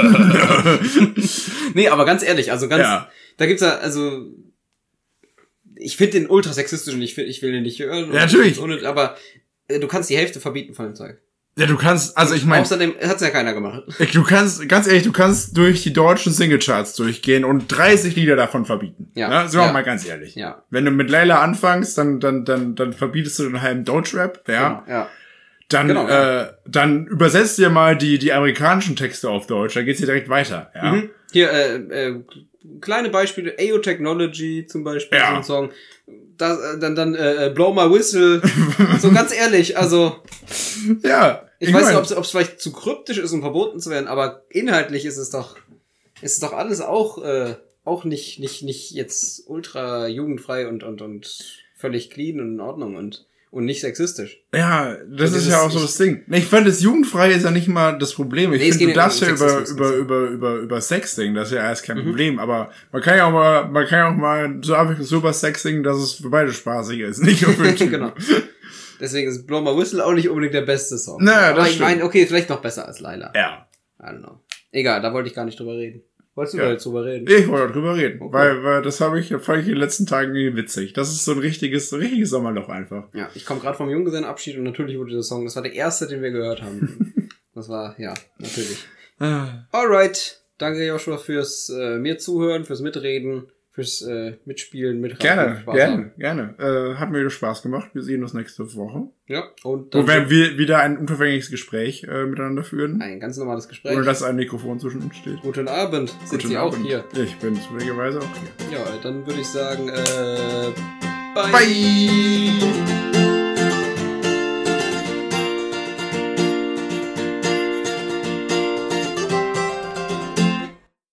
Nee, aber ganz ehrlich, also ganz, Ja. da gibt's ja, also, ich finde den ultra sexistisch und ich, find, ich will den nicht hören. Ja, natürlich. Und, aber äh, du kannst die Hälfte verbieten von dem Zeug. ja, du kannst, also ich meine, Außerdem hat's ja keiner gemacht. du kannst, ganz ehrlich, du kannst durch die deutschen Singlecharts durchgehen und dreißig Lieder davon verbieten. Ja. Ne? Sind wir Ja. mal ganz ehrlich. Ja. Wenn du mit Layla anfängst, dann, dann, dann, dann verbietest du den halben Deutschrap, ja. Genau, ja. Dann, Genau, ja. äh, dann übersetzt dir mal die, die amerikanischen Texte auf Deutsch, dann geht's dir direkt weiter, ja. Mhm. Hier, äh, äh, kleine Beispiele, A O Technology zum Beispiel, Ja. so ein Song. Das, äh, dann, dann, äh, Blow My Whistle. So ganz ehrlich, also, Ja. ich, weiß mein, nicht, ob es vielleicht zu kryptisch ist, um verboten zu werden, aber inhaltlich ist es doch, ist es doch alles auch, äh, auch nicht, nicht, nicht jetzt ultra jugendfrei und, und, und völlig clean und in Ordnung und, und nicht sexistisch. Ja, das Und ist ja auch so das Ding. Ich fand, das Jugendfrei ist ja nicht mal das Problem. Ich Nee, es finde, du geht ja darfst um ja über, Sexismus über, und so. über, über, über Sexting, das ist ja erst kein Mhm. Problem. Aber man kann ja auch mal, man kann ja auch mal so einfach so über Sexting, dass es für beide spaßig ist. Nicht nur für den Typen. Genau. Deswegen ist Blow My Whistle auch nicht unbedingt der beste Song. Naja, aber das ich meine, stimmt. okay, vielleicht noch besser als Laila. Ja. I don't know. Egal, da wollte ich gar nicht drüber reden. Wolltest du Ja. da jetzt drüber reden? Ich wollte drüber reden, Okay. weil, weil das habe ich, fand ich in den letzten Tagen irgendwie witzig. Das ist so ein richtiges, so ein richtiges Sommerloch einfach. Ja, ich komme gerade vom Junggesellenabschied und natürlich wurde dieser Song, das war der erste, den wir gehört haben. Das war, ja, natürlich. Alright, danke Joshua fürs äh, mir zuhören, fürs Mitreden, fürs äh, Mitspielen, Mitraten. Gerne, Spaß gerne, haben. gerne. Äh, hat mir Spaß gemacht. Wir sehen uns nächste Woche. Ja, und Wo dann werden wir wieder ein unverfängliches Gespräch äh, miteinander führen. ein ganz normales Gespräch. Ohne dass ein Mikrofon zwischen uns steht. Guten Abend, sind Guten Sie auch Abend. hier? Ich bin zufälligerweise auch hier. Ja, dann würde ich sagen, äh, bye. Bye!